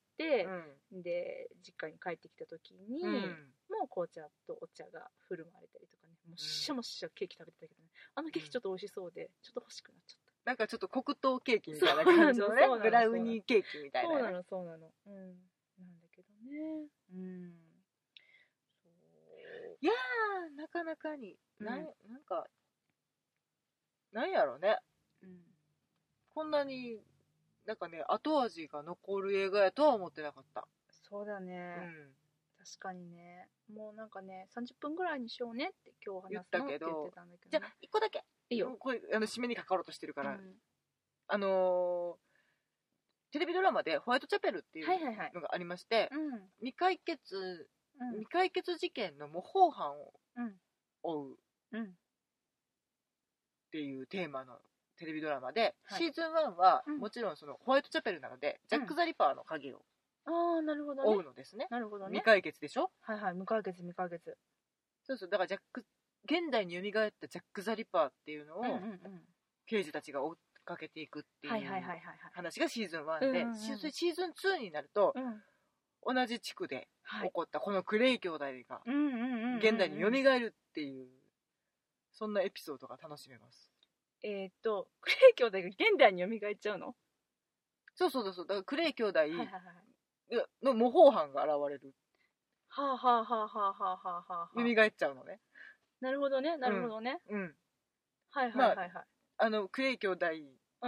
うん、で実家に帰ってきた時に、うん、もう紅茶とお茶が振る舞われたりとかね、もうしゃもしゃケーキ食べてたけどね、あのケーキちょっと美味しそうで、うん、ちょっと欲しくなっちゃった。 なんかちょっと黒糖ケーキみたいな感じのね、ブラウニーケーキみたいな、ね、 そうなのそうなの、うん、なんだけどね、うん、 そういやーなかなかに、うん、な, なんかなんやろね、うん、こんなになんかね後味が残る映画やとは思ってなかった。 そうだね、 確かにね。もうなんかね、さんじゅっぷんぐらいにしようねって今日話すのって言ってたんだけど、ね、 じゃあいっこだけいいよ。 これあの締めにかかろうとしてるから、 うん、 あのー、テレビドラマでホワイトチャペルっていうのがありまして、はいはいはい、うん、未解決、うん、未解決事件の模倣犯を追うっていうテーマのテレビドラマで、はい、シーズンワンはもちろんそのホワイトチャペルなので、うん、ジャック・ザ・リパーの鍵を追うのですね。 なるほどね。 未解決でしょ。 はいはい、無解決未解決。 そうそう、だからジャック現代に蘇ったジャック・ザ・リパーっていうのを、うんうんうん、刑事たちが追っかけていくっていう話がシーズンワンで、うんうんうん、シーズンツーになると、うん、同じ地区で起こったこのクレイ兄弟が現代に蘇るっていう、そんなエピソードが楽しめます。 えー、っとクレイ兄弟が現代に蘇っちゃうの？ そうそうそう、だからクレイ兄弟の模倣犯が現れる。 はあはあはあはあはあはあはあ。 蘇っちゃうのね。 なるほどね、なるほどね。うん。うん、はいはいはいはい。まあ、 あのクレイ兄弟。うん。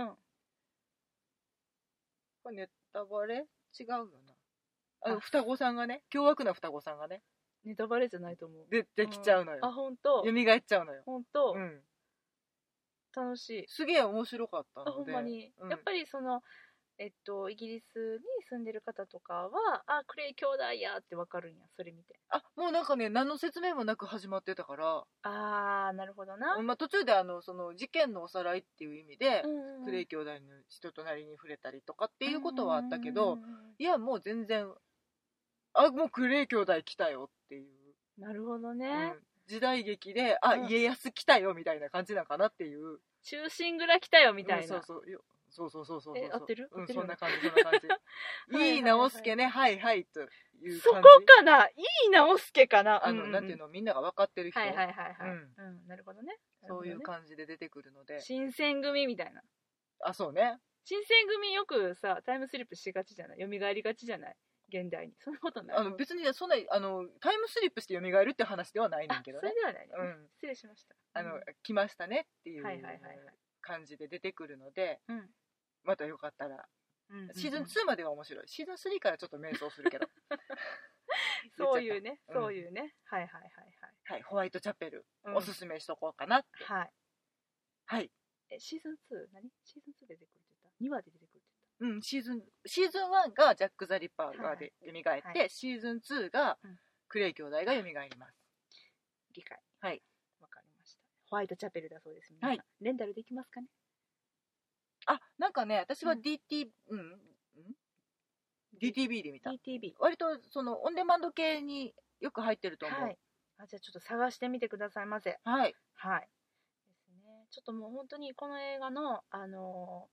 これネタバレ？違うよな。あの双子さんがね、凶悪な双子さんがね。 ネタバレじゃないと思う。 出てきちゃうのよ。 うん、あ、本当。 蘇っちゃうのよ。 本当。うん。楽しい。 すげえ面白かったので。 あ、ほんまに。うん、やっぱりその。えっと、イギリスに住んでる方とかは、あ、クレイ兄弟やってわかるんや、それ見て。 あ、もうなんかね、何の説明もなく始まってたから。 あー、なるほどな。 まあ、途中であのその事件のおさらいっていう意味で、うんうん、クレイ兄弟の人となりに触れたりとかっていうことはあったけど、うんうんうん、いや、もう全然、あ、もうクレイ兄弟来たよっていう。 なるほどね。うん、 時代劇で、あ、うん、家康来たよみたいな感じなのかなっていう。 忠臣蔵来たよみたいな。うん、 そうそう。そうそうそうそうそう。 え、合ってる？ うん、そんな感じ、そんな感じ。いい直輔ね、はいはいという感じ。 そこかな、いい直輔かな。 あの、うんうん、なんていうの、みんなが分かってる人。 はいはいはいはい。うん、うん、なるほどね。 そういう感じで出てくるので。 新選組みたいな。 あ、そうね。 新選組よくさ、タイムスリップしがちじゃない？蘇りがちじゃない？現代に。そんなことない。 あの別にそんなあのタイムスリップして蘇るって話ではないねんけどね。 それではないね。うん。失礼しました。 あの、うん、来ましたねっていう感じで出てくるので。うん、またよかったら、うんうんうん、シーズンツーまでは面白い。シーズンスリーからちょっと迷走するけどそういうね、そういうね、うん、はいはいはいはいはい、ホワイトチャペル、うん、おすすめしとこうかなって。 はいはい。 え、シーズンツー何？シーズンツーで出てくるって言った？にわで出てくるって言った？うん、シーズンシーズンワンがジャック・ザ・リッパーがで蘇って、はいはい、シーズンツーがクレイ兄弟が蘇ります。 理解。 はい、 わかりました。ホワイトチャペルだそうです。皆さん、はい、レンタルできますかね？ あ、なんかね、私は ディーティー、うん、うん、ディーティービー で見た。 ディーティービー。 割とそのオンデマンド系によく入ってると思う。 はい。あ、じゃあちょっと探してみてくださいませ。 はい。 はい。ですね。ちょっともう本当にこの映画のあの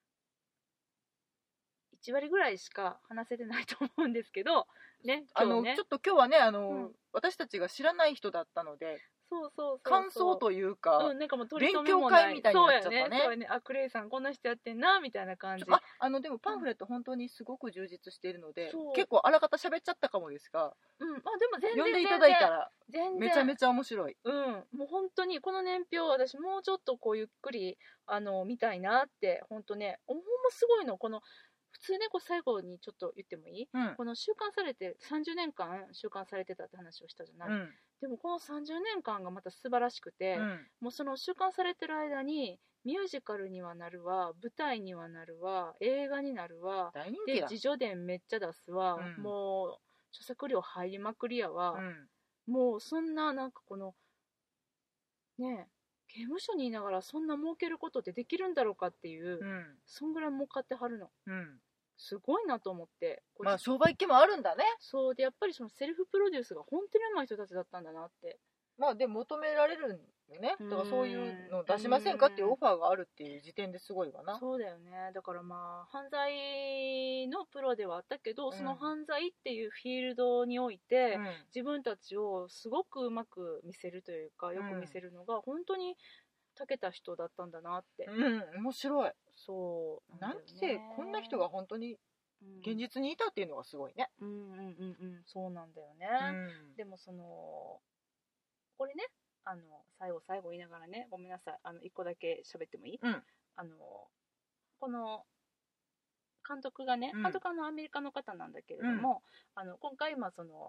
ー、いち割ぐらいしか話せてないと思うんですけど、ね、 あのちょっと今日はね、あの、うん、私たちが知らない人だったので。 そうそうそうそう、 感想というか、 うん、なんかもう取り留めもない勉強会みたいになっちゃったね。 そうやね、そうやね、あ、クレイさんこんな人やってんなみたいな感じ。 あ、あのでもパンフレット本当にすごく充実しているので、うん、結構あらかた喋っちゃったかもですが、 うん、まあでも全然読んでいただいたらめちゃめちゃ面白い。 うん、もう本当にこの年表私もうちょっとこうゆっくりあの見たいなって本当ね、ほんますごいのこの。普通ね、こう最後にちょっと言ってもいい、うん、この収監されてさんじゅうねんかん収監されてたって話をしたじゃない、うん、でもこのさんじゅうねんかんがまた素晴らしくて、うん、もうその収監されてる間にミュージカルにはなるわ、舞台にはなるわ、映画になるわ、で自叙伝めっちゃ出すわ、うん、もう著作料入りまくりやわ、もうそんななんかこのねえ刑務所にいながらそんな儲けることってできるんだろうかっていう、うん、そんぐらい儲かってはるの、うん、すごいなと思って。 まあ商売機もあるんだね。 そうで、やっぱりそのセルフプロデュースが本当に上手い人たちだったんだなって。 まあでも求められるよね。だからそういうの出しませんかっていうオファーがあるっていう時点ですごいわな。 そうだよね。だからまあ犯罪のプロではあったけど、うん、その犯罪っていうフィールドにおいて、うん、自分たちをすごくうまく見せるというか、よく見せるのが本当に長けた人だったんだなって。 うん、面白い。 そうなんてこんな人が本当に現実にいたっていうのがすごいね。 うんうんうんうん、そうなんだよね。うん、でもそのこれね、あの最後最後言いながらね、ごめんなさい、あのいっこだけ喋ってもいい？うん、あのこの監督がね、監督はのアメリカの方なんだけれども、うん、あの今回まあその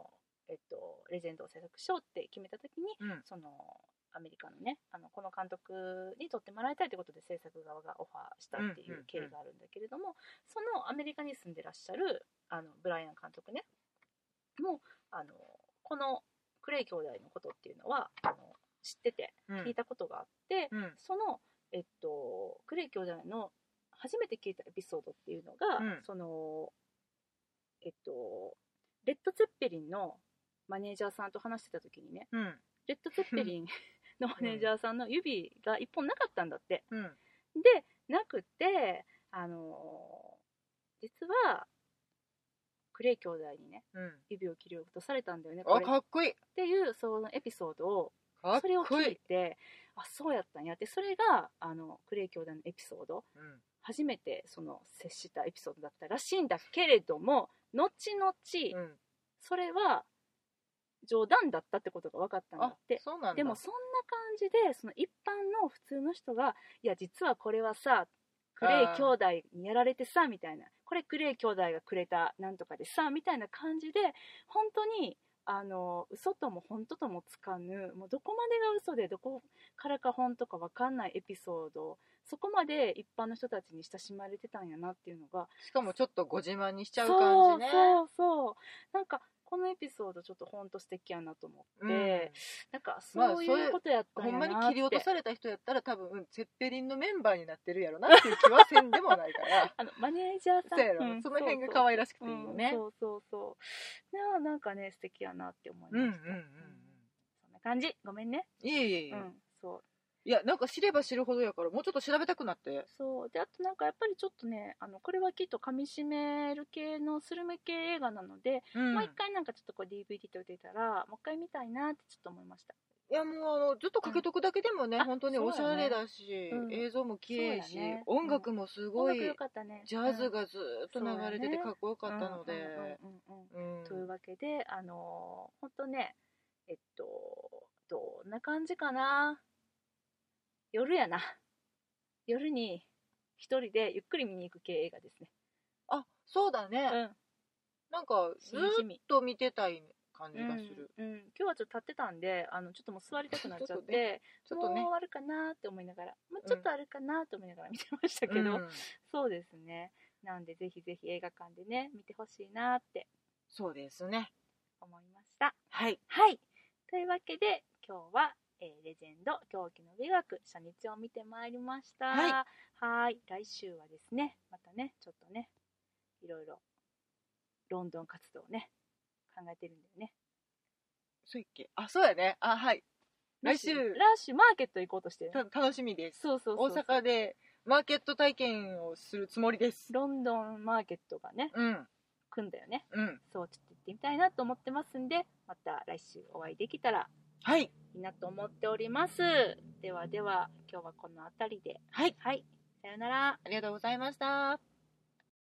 えっと、レジェンドを制作しようって決めた時に、 うん、 そのアメリカのねあのこの監督に撮ってもらいたいということで制作側がオファーしたっていう経緯があるんだけれども、そのアメリカに住んでらっしゃるあのブライアン監督ねもあのこのクレイ兄弟のことっていうのはあの知ってて聞いたことがあって、 うん、 その、えっと、クレイ兄弟の初めて聞いたエピソードっていうのが、 うん、 そのえっとレッド・ツェッペリンのマネージャーさんと話してた時にね、 うん、 レッド・ツェッペリンのマネージャーさんの指が一本なかったんだって、 うん、 でなくてあの実はクレイ兄弟にね、うん、指を切り落とされたんだよねあかっこいいっていうそのエピソードをかっこいいそれを聞いてあそうやったんやってそれがあのクレイ兄弟のエピソード、うん、初めてその接したエピソードだったらしいんだけれども後々、うん、それは冗談だったってことが分かったんだって。 そうなんだ。 でもそんな感じでその一般の普通の人がいや実はこれはさクレイ兄弟にやられてさみたいなこれクレイ兄弟がくれたなんとかでさみたいな感じで本当にあの嘘とも本当ともつかぬもうどこまでが嘘でどこからか本当か分かんないエピソードそこまで一般の人たちに親しまれてたんやなっていうのがしかもちょっとご自慢にしちゃう感じね。 そうそうそうなんかこのエピソードちょっとほんと素敵やなと思って、うん、なんかそういうことやったんやなって、 まあ、ほんまに切り落とされた人やったら多分、うん、セッペリンのメンバーになってるやろなっていう気はせんでもないからあのマネージャーさんそうやろ、うん、その辺が可愛らしくていいよね、 そうそうそうなんかね素敵やなって思いました、うんうんうんうん、そんな感じごめんねいえいえいえ、 うん、そういやなんか知れば知るほどやからもうちょっと調べたくなってそうであとなんかやっぱりちょっとねあのこれはきっと噛み締める系のスルメ系映画なので、うん、もう一回なんかちょっとこう ディーブイディー と出たらもう一回見たいなってちょっと思いました。 いやもうあのずっとかけとくだけでもね、うん、本当におしゃれだし、うん、映像も綺麗し、ね、音楽もすごい、うんね、ジャズがずっと流れててかっこよかったのでというわけであのー、本当ねえっとどんな感じかな夜やな夜に一人でゆっくり見に行く系映画ですね。 あ、そうだね、うん、なんかずっと見てたい感じがする、 うんうん、今日はちょっと立ってたんであのちょっともう座りたくなっちゃってちょっと、ね、もう終わるかなって思いながらもうちょっとあるかなって思いながら見てましたけど、うん、そうですねなんでぜひぜひ映画館でね見てほしいなってそうですね思いました。 はい、 はい、というわけで今日はえー、レジェンド狂気の美学初日を見てまいりました。はい、はい来週はですねまたねちょっとねいろいろロンドン活動をね考えてるんだよね。 そういっけあそうやねあはい来週ラッシュマーケット行こうとしてる、 ね、楽しみです。 そうそうそうそう大阪でマーケット体験をするつもりです。 ロンドンマーケットがね、うん、組んだよね、うん、そうちょっと行ってみたいなと思ってますんでまた来週お会いできたらはいいいなと思っております。ではでは今日はこの辺りではい、 はい、さよなら。 ありがとうございました。